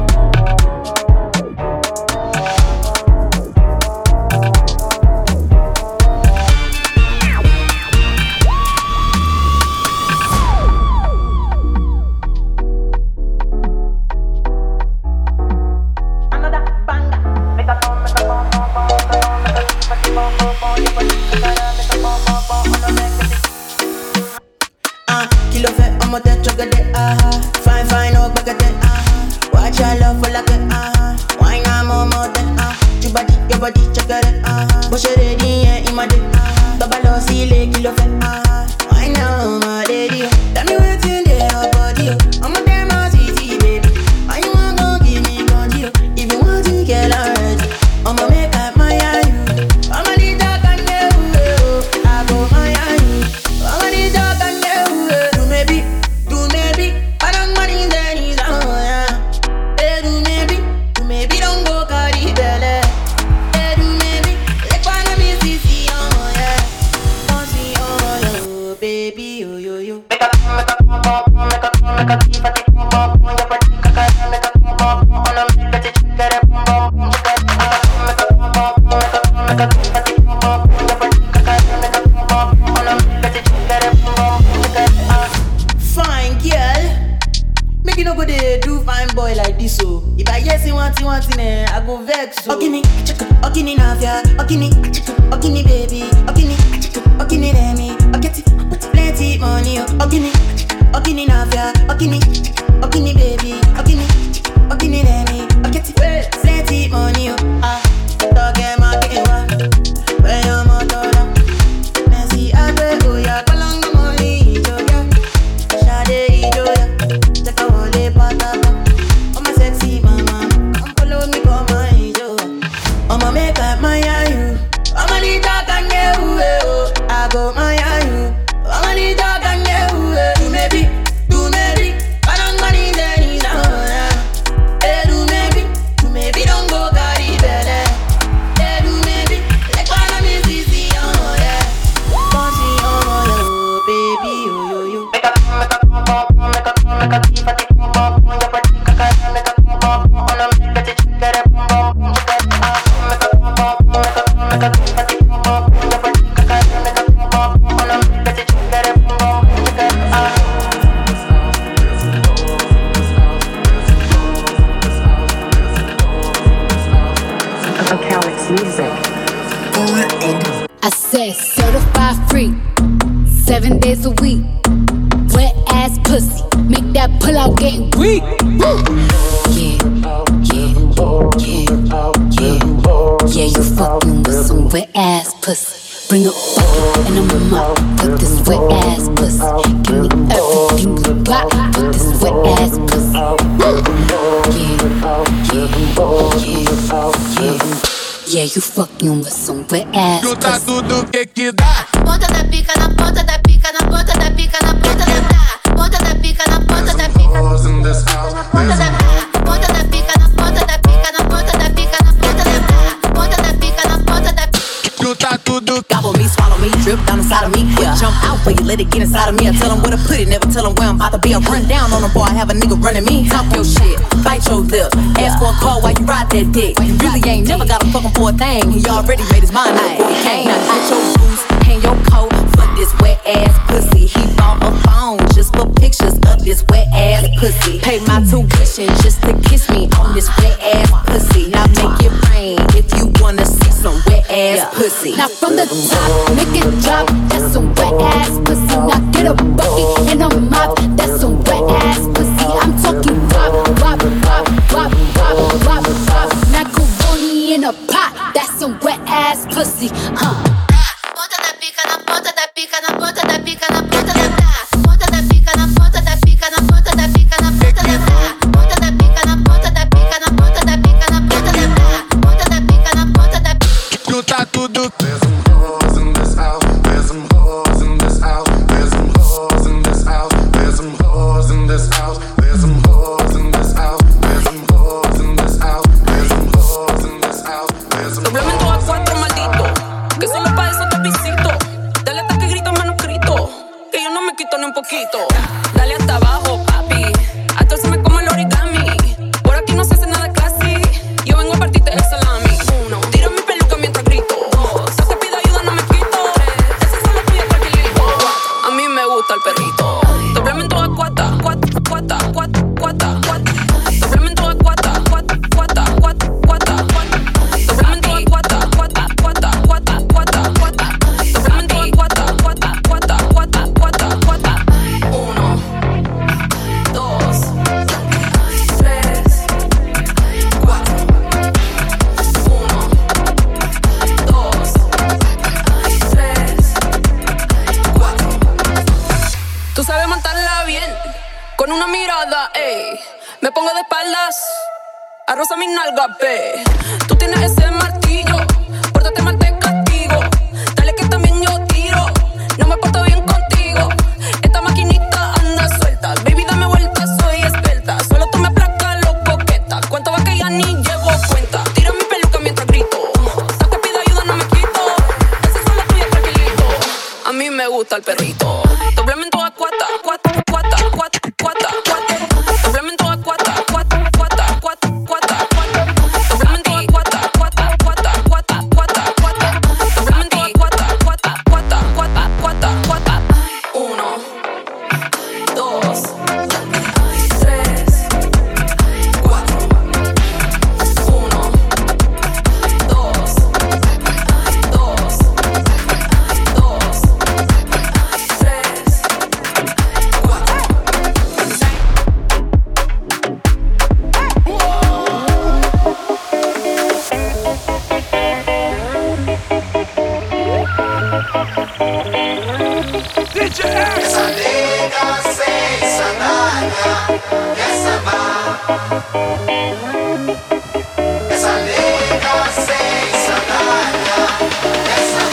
Kilo fait en mode chocolat, fine, oh bagatelle, watch your love for like a wine I'm on model, your body chocolate, push it ready, yeah, in my day, babalo sile, kilo fait, wine now, my lady, tell me what's in your body, I'm a damn easy, baby, why you want to give me control, if you want to get alright, I'ma make up my eye, I'ma need that kind of, I go my eye, I'ma need that kind of. Do maybe, parang money then is on, yeah. Do maybe, don't go carry belly. Do maybe, like one of me see on, yeah. Don't see on, yo, baby, yo. Make up, keep a tick, your body, kaka, make up, on a make a tick, get a boom, make up, keep a tick, your body, kaka, make up, on a make a tick, get a boom, make up. Fine girl, make you no go there do fine boy like this, so if I hear say one thing, I go vex. So. Okini, navia, okini baby, okini remi, oketi plenty money. Okini navia, okini baby, okini remi, oketi plenty money. Toge makewa, when you're motora, Nancy Abe, uya kalanga money, joya. Shade ijoya, chaka wole patata. Oh my sexy mama, come follow me, come my ijo. I'ma make up my you. I'ma need that and you. I go my you. I'ma need that and you. Do maybe, I don't money then now. Do maybe, don't go carry belly. Do maybe, like one of me see on, yeah. Don't see on, yo, baby, yo. Make up, keep a tick, your body, kaka, make up, on a make a tick, get a boom, make up, keep a tick, your body, kaka, make up, on a make a tick, get a boom, make up. Music. I said certified free. 7 days a week. Wet ass pussy, make that pull out getting weak. Woo. Yeah, you fucking with some wet ass pussy. Bring a bucket and a mop with this wet ass pussy. Give me everything you got with this wet ass pussy. Yeah, you fucking with some wet ass pussy. Junta tudo que dá. Ponta da pica na ponta da pica na ponta da pica na ponta da ponta da pica na ponta da pica. Ponta da ponta da pica na ponta da pica na ponta da pica na ponta da ponta da pica na ponta da. Junta tudo. Gobble me, swallow me, drip down inside of me. Yeah. Jump out for you, let it get inside of me. I tell them where to put it, never tell them where I'm about to be. I run down on them, boy, I have a nigga running me. Talk your shit, bite your lip. Ask for a call while you ride that dick. You really ain't never got him fucking for a thing. He already made his mind up before he came. Now get your boots, hang your coat for this wet ass pussy. He bought a phone just for pictures of this wet ass pussy. Pay my tuition just to kiss me on this wet ass pussy. Now make it rain if you wanna see some wet ass pussy. Now from the top, make it drop. That's some wet ass pussy. Now get a bucket and a mop. That's some wet ass pussy. I'm talking wop, wop, wop, wop, wop, wop, wop. Macaroni in a pot. That's some wet ass pussy, huh? Ponta da pica na ponta da pica na ponta da pica na ponta da ponta da pica na ponta da pica na ponta da pica na ponta da ponta da pica na ponta da pica na ponta da pica na ponta da ponta da pica na ponta da. Junta tudo. There's some hoes in this house. There's some hoes in this house. There's some hoes in this house. There's some hoes in this house. There's some hoes in this house. There's some hoes in this house. There's some hoes in this house. There's some Doblemente a cuatro, maldito, que solo pa' eso te visito. Dale hasta que grito manuscrito, que yo no me quito ni un poquito. Dale hasta abajo, papi, hasta se me come el origami. Por aquí no se hace nada classy, yo vengo a partirte el salami. Uno, tiro mi peluca mientras grito. Dos, si te pido ayuda no me quito. Tres, ese solo tuyo tranquilito. Cuatro, a mí me gusta el perrito. Doblemente a cuata, cuata, cuata, cuata, cuata, cuata. Doblemente a cuata, cuata, cuata, cuata, cuata, cuata. Doblemente a cuata, cuata, cuata, cuata, cuata, cuata. Doblemente a cuata, cuata, cuata, cuata, cuata, cuata. Uno, dos, tres, cuatro. Uno, dos, tres, cuatro. Tú sabes montarla bien, con una mirada, ey. Me pongo de espaldas, arroza mi nalga, ve. Tú tienes ese martillo, pórtate mal te castigo. Dale que también yo tiro, no me porto bien contigo. Esta maquinita anda suelta, baby dame vuelta, soy experta. Solo tú me placas lo coqueta, cuánto va que ya ni llevo cuenta. Tira mi peluca mientras grito, hasta que pido ayuda no me quito. Ese solo tuyo tranquilito, a mí me gusta el perrito. Doblemente a cuata, cuata, cuata, cuata, cuata, cuata. Doblemente a cuata, cuata, cuata, cuata, cuata, cuata. Doblemente a cuata, cuata, cuata, cuata, cuata, cuata. Doblemente a cuata, cuata, cuata, cuata, cuata, cuata. Uno, dos, tres, cuatro. Uno, dos, dos, dos, tres, cuatro. Essa nega sem sandália, essa essa nega sem sandália, essa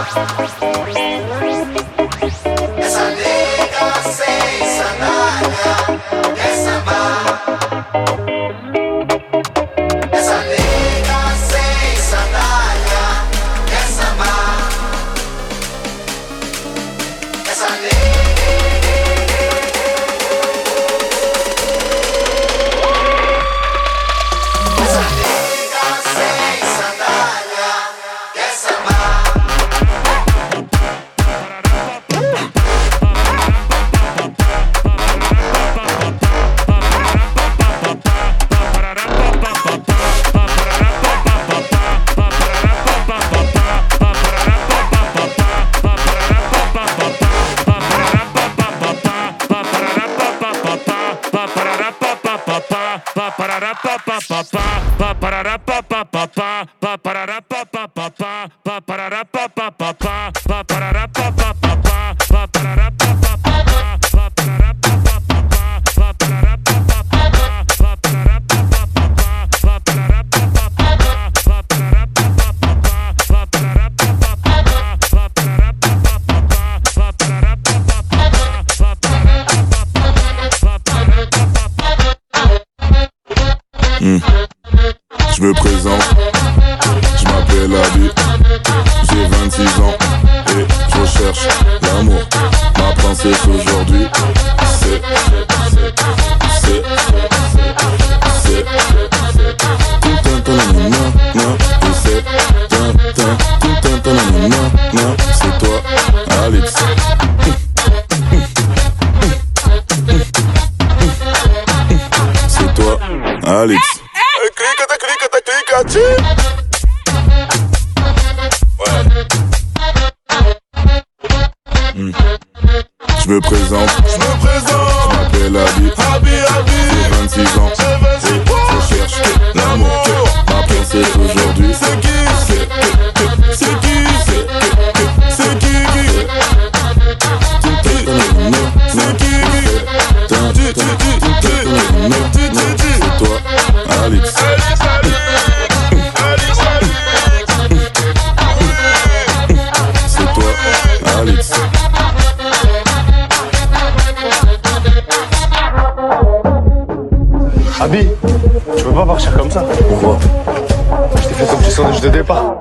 Essa nega sem sandália quer sambar. Essa nega sem sandália quer sambar. Essa Je me présente, je m'appelle Abi, j'ai 26 ans et je cherche l'amour. Ma princesse aujourd'hui, c'est c'est toi, Alex. C'est toi, Alex. Je me présente, je m'appelle Abi, j'ai 26 ans et je cherche l'amour. Ma princesse aujourd'hui, c'est qui? C'est toi, Alex. C'est toi, Alex. Abi, tu peux pas partir comme ça. Pourquoi? Je t'ai fait ton petit sandwich de départ.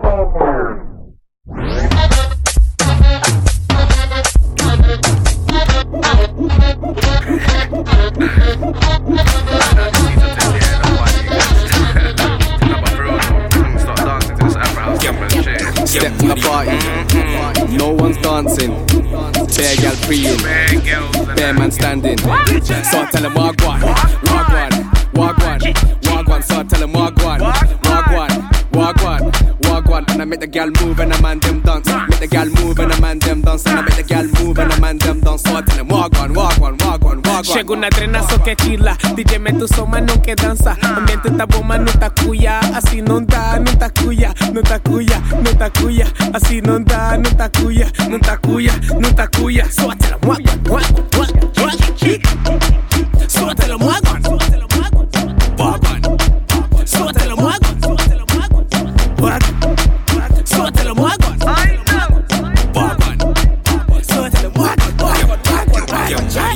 Step to the party, no one's dancing. Bare gal preying, bare man standing. So I tell them wagwan, wagwan, wagwan, wagwan. So I tell them wagwan, wagwan, wagwan, wagwan. And I make the gal move and the man them dance. Make the gal move and the man them dance. And I make the gal move and the man them dance. So I tell them wagwan, wagwan, wagwan, wagwan. Chega una trenazo que chila, DJ mete o som, mas não quer dança. Ambiente tá bom, mas não tá cuia. Assim não dá, não tá cuia, não tá cuia, não tá cuia. Assim não dá, não tá cuia, não tá cuia, não tá cuia. Só até la wagwan, wagwan, wagwan. Só até la wagwan, wagwan. Só até la wagwan, wagwan. Só até la wagwan, wagwan. Só até la wagwan, wagwan.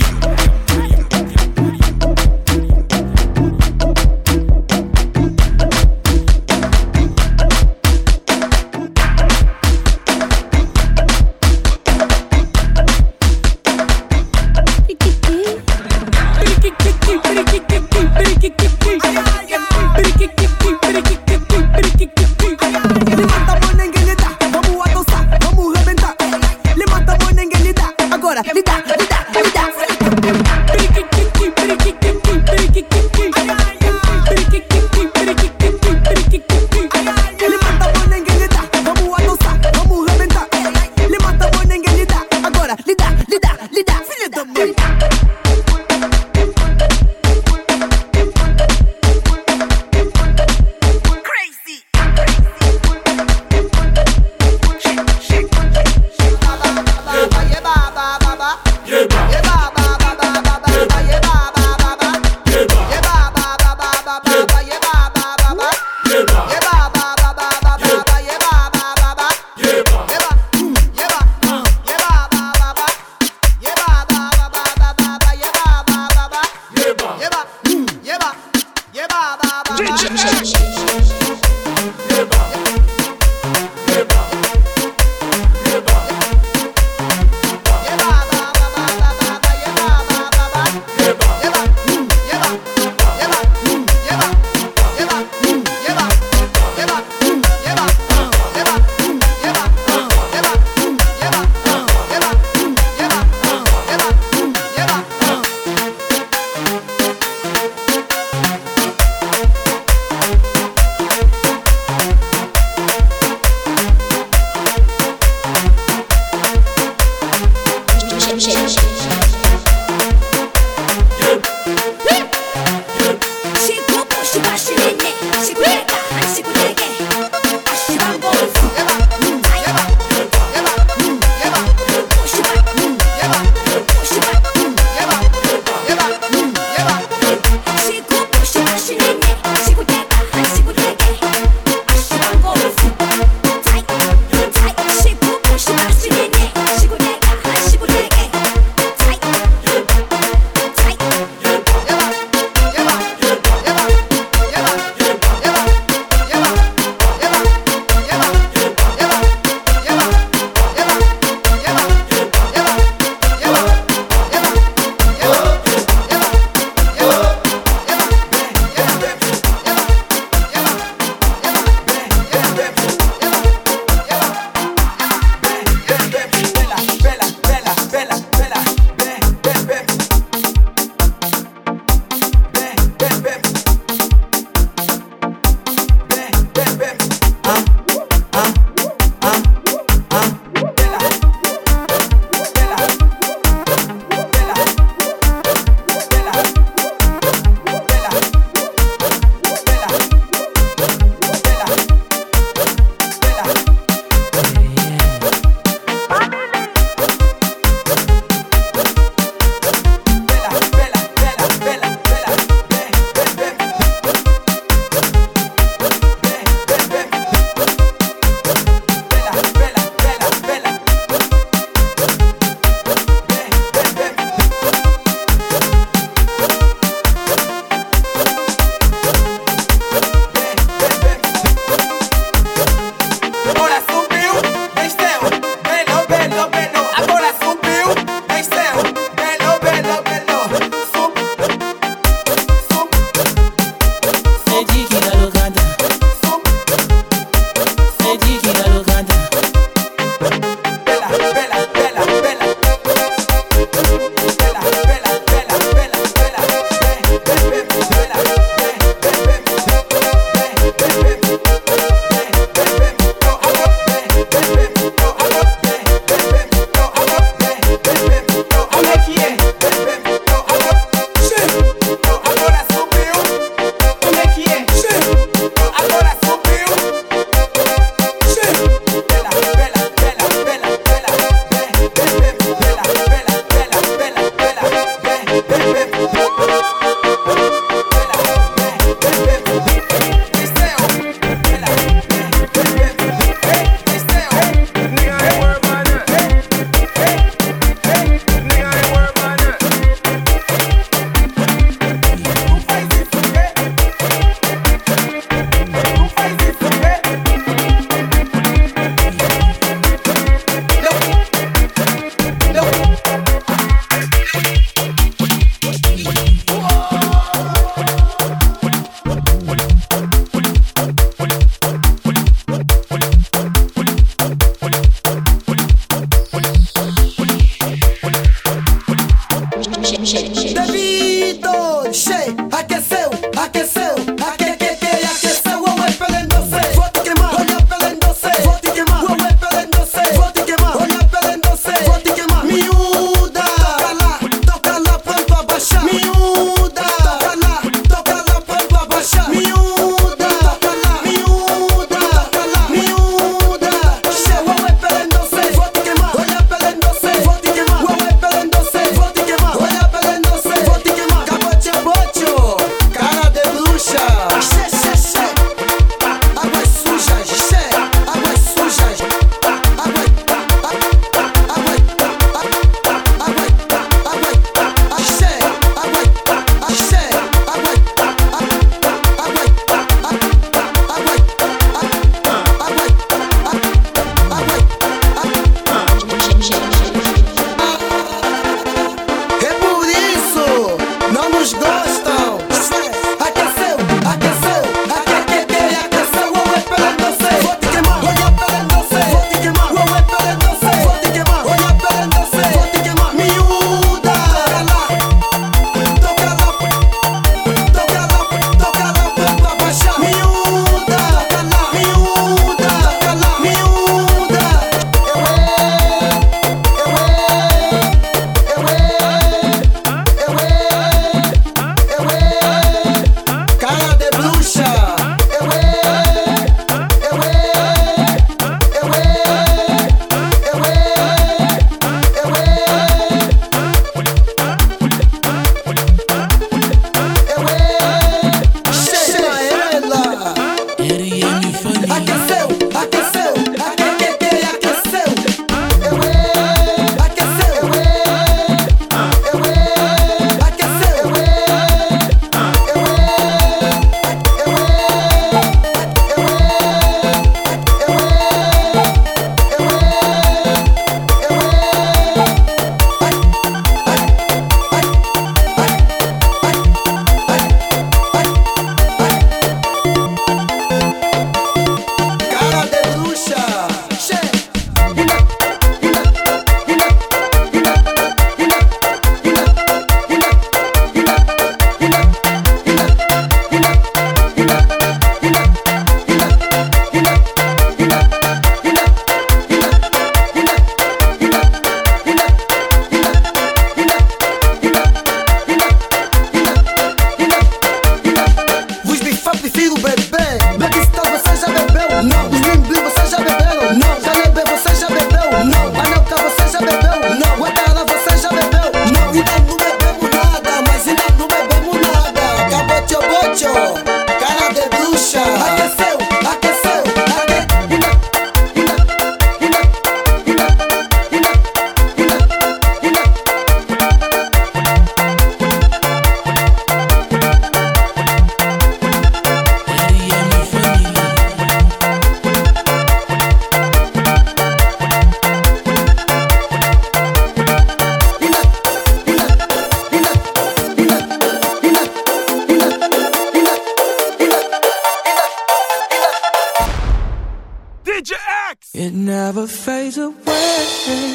It never fades away.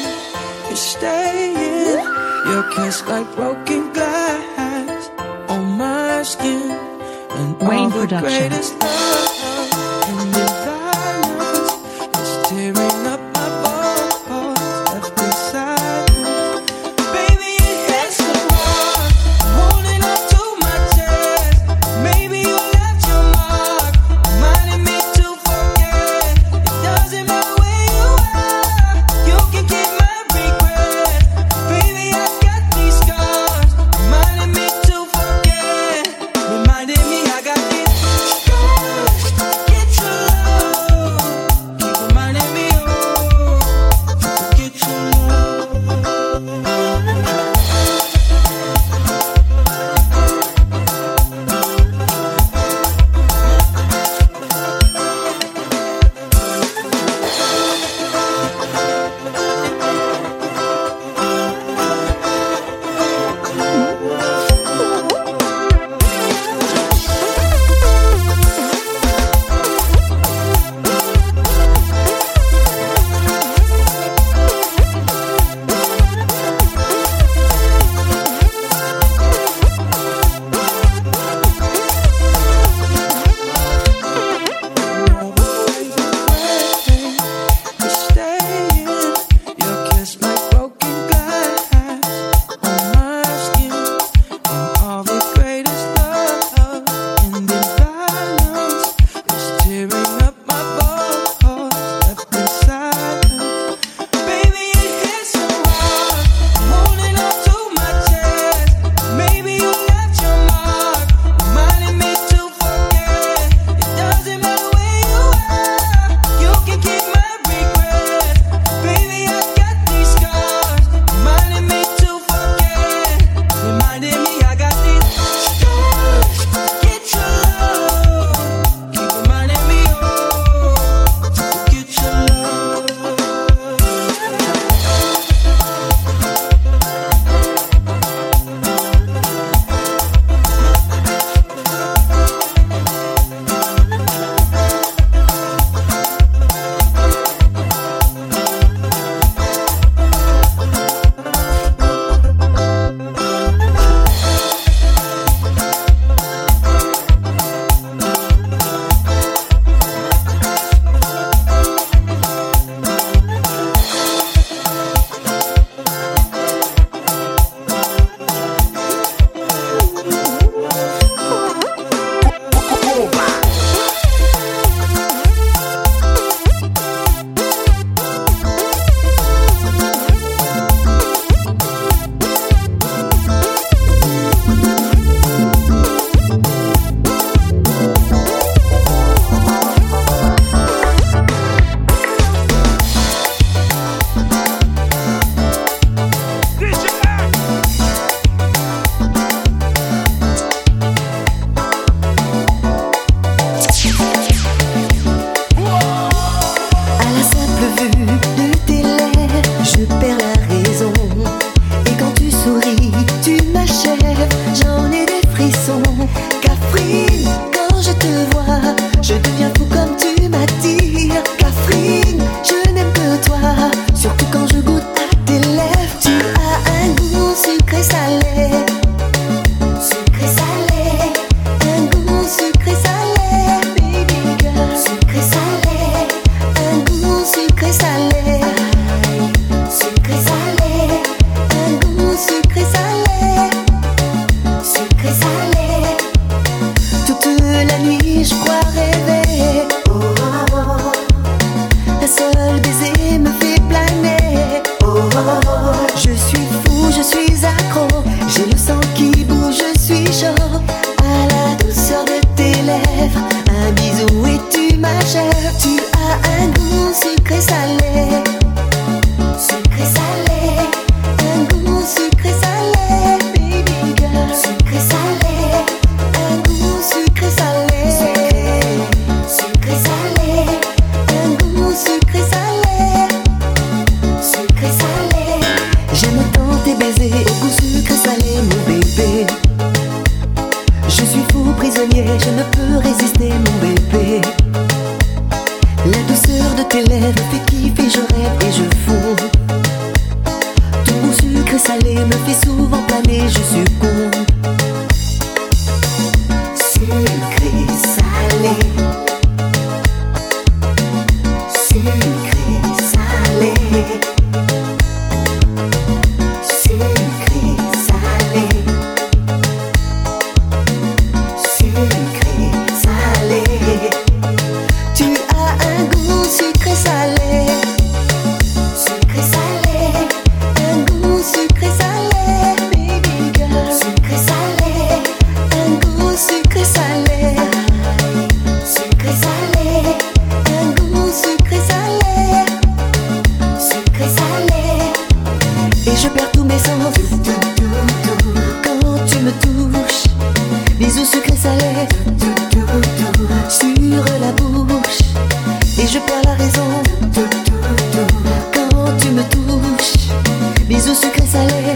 It's staying. Your kiss like broken glass on my skin. And Wayne all the Production. greatest love and the violence is tearing up my bones. Left me silent. Baby, it hurts so hard. I'm holding on to my chest. Maybe you left your mark, reminding me to forget. It doesn't matter where you are. You can keep my regret. Baby, I've got these scars, reminding me to forget. Reminding me I got these scars. salé. Sucré salé, un goût sucré salé. Sucré salé. Toute la nuit je crois rêver. Oh, oh, oh. Un seul baiser me fait planer. Oh, oh, oh. Je suis fou, je suis accro. J'ai le sang qui bouge, je suis chaud. À la douceur de tes lèvres, un bisou et tu m'achèves. Tu as un goût sucré salé. Sucré salé, un goût sucré salé. Baby girl, sucré salé, un goût sucré salé. Sucré salé, un goût sucré salé. Sucré salé. J'aime tant tes baisers au goût sucré salé, mon bébé. Je suis fou prisonnier, je ne peux résister, mon bébé. La douceur de tes lèvres fait kiffer, je rêve et je fonds. Ton goût sucré salé me fait souvent planer, je succombe. Sucré salé. Sucré salé. Sucré salé. Sucré salé. Tu as un goût sucré salé. Sucré salé, un goût sucré salé. Baby girl, sucré salé, un goût sucré salé. Sucré salé, un goût sucré salé. Sucré salé. Et je perds tous mes sens quand tu me touches. Bisous sucré salé sur la bouche. Et je perds la raison quand tu me touches. Bisous sucré salé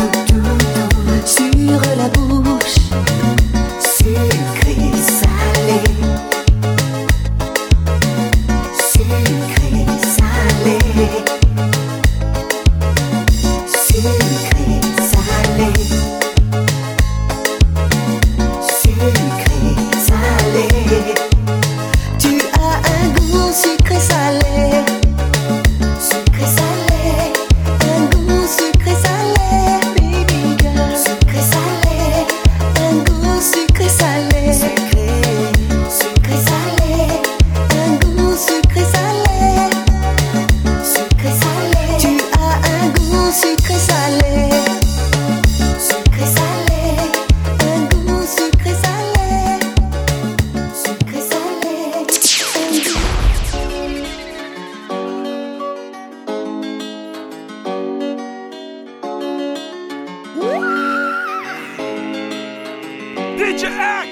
sur la bouche. Sucré salé. Sucré salé. Sucré salé. Sucré salé. Tu as un goût sucré salé. Sucré salé, un goût sucré salé. Baby girl, sucré salé, un goût sucré salé. Sucré salé, un goût sucré salé. Sucré salé. Tu as un goût sucré salé. Sucré salé, un goût sucré salé. Sucré salé. DJ X.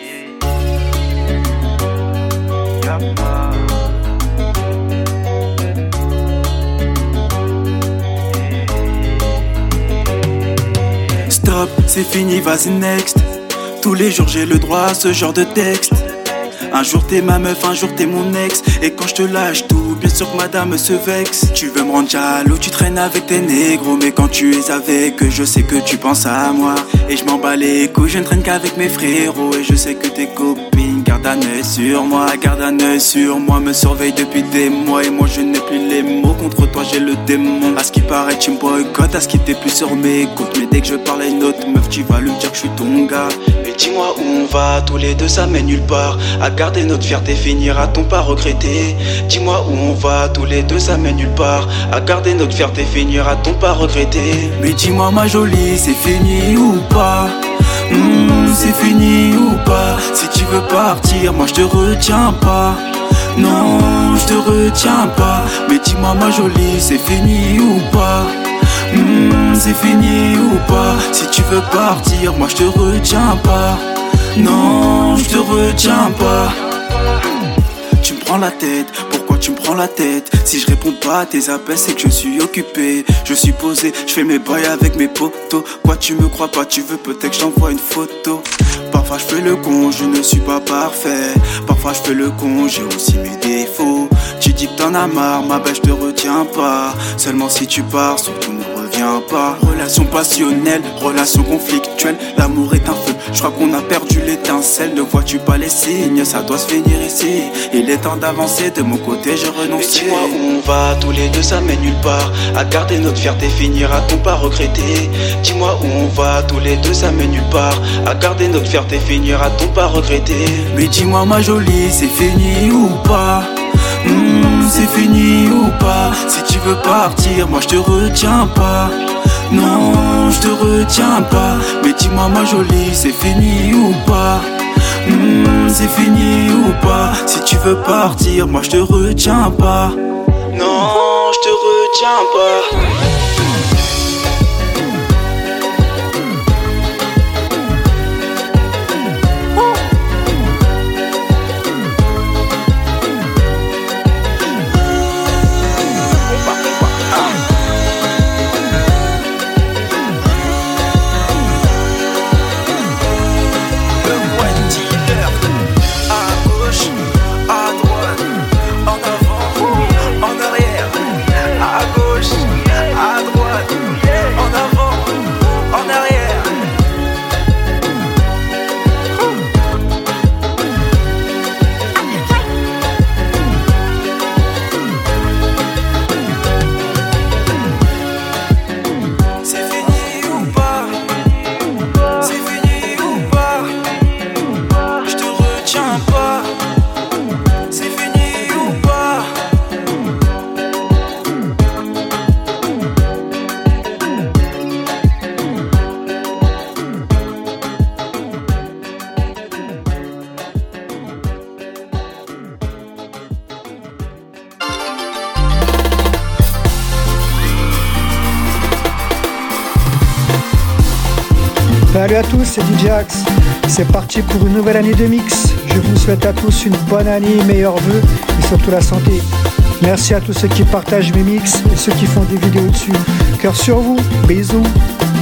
Stop, c'est fini, vas-y next. Tous les jours j'ai le droit à ce genre de texte. Un jour t'es ma meuf, un jour t'es mon ex. Et quand je te lâche tout, bien sûr que madame se vexe. Tu veux me rendre jaloux, tu traînes avec tes négros. Mais quand tu es avec eux, je sais que tu penses à moi. Et je m'en bats les couilles, je ne traîne qu'avec mes frérots. Et je sais que tes copines gardent un œil sur moi. Garde un œil sur moi, me surveille depuis des mois. Et moi je n'ai plus les mots, contre toi j'ai le démon. À ce qui paraît tu me boycottes, à ce qui t'es plus sur mes côtes. Mais dès que je parle à une autre meuf, tu vas lui dire que je suis ton gars. Mais dis-moi où on va, tous les deux ça mène nulle part. À garder notre fierté, finira-t-on pas regretter? Dis-moi où on va, tous les deux ça mène nulle part. À garder notre fierté, finira-t-on pas regretter? Mais dis-moi ma jolie, c'est fini ou pas? C'est fini ou pas? Si tu veux partir, moi je te retiens pas. Non, je te retiens pas. Mais dis-moi ma jolie, c'est fini ou pas? C'est fini ou pas? Si tu veux partir, moi je te retiens pas. Non, je te retiens pas. Tu me prends la tête, pourquoi tu me prends la tête? Si je réponds pas à tes appels, c'est que je suis occupé. Je suis posé, je fais mes bails avec mes potos. Quoi, tu me crois pas, tu veux peut-être que je t'envoie une photo. Parfois je fais le con, je ne suis pas parfait. Parfois je fais le con, j'ai aussi mes défauts. Tu dis que t'en as marre, ma belle je te retiens pas. Seulement si tu pars, surtout ne reviens retiens pas. Relation passionnelle, relation conflictuelle, l'amour est un feu, je crois qu'on a perdu l'étincelle. Ne vois-tu pas les signes, ça doit se finir ici. Il est temps d'avancer, de mon côté je renonce. Mais dis-moi où on va, tous les deux ça mène nulle part. À garder notre fierté, finira-t-on pas regretter? Dis-moi où on va, tous les deux ça mène nulle part. À garder notre fierté, finira-t-on pas regretter? Mais dis-moi ma jolie, c'est fini ou pas? C'est fini ou pas? Si tu veux partir, moi je te retiens pas. Non, je te retiens pas. Mais dis-moi ma jolie, c'est fini ou pas? C'est fini ou pas? Si tu veux partir, moi je te retiens pas. Non, je te retiens pas. Salut à tous, c'est DJ Axe. C'est parti pour une nouvelle année de mix. Je vous souhaite à tous une bonne année, meilleurs vœux et surtout la santé. Merci à tous ceux qui partagent mes mix et ceux qui font des vidéos dessus. Cœur sur vous, bisous.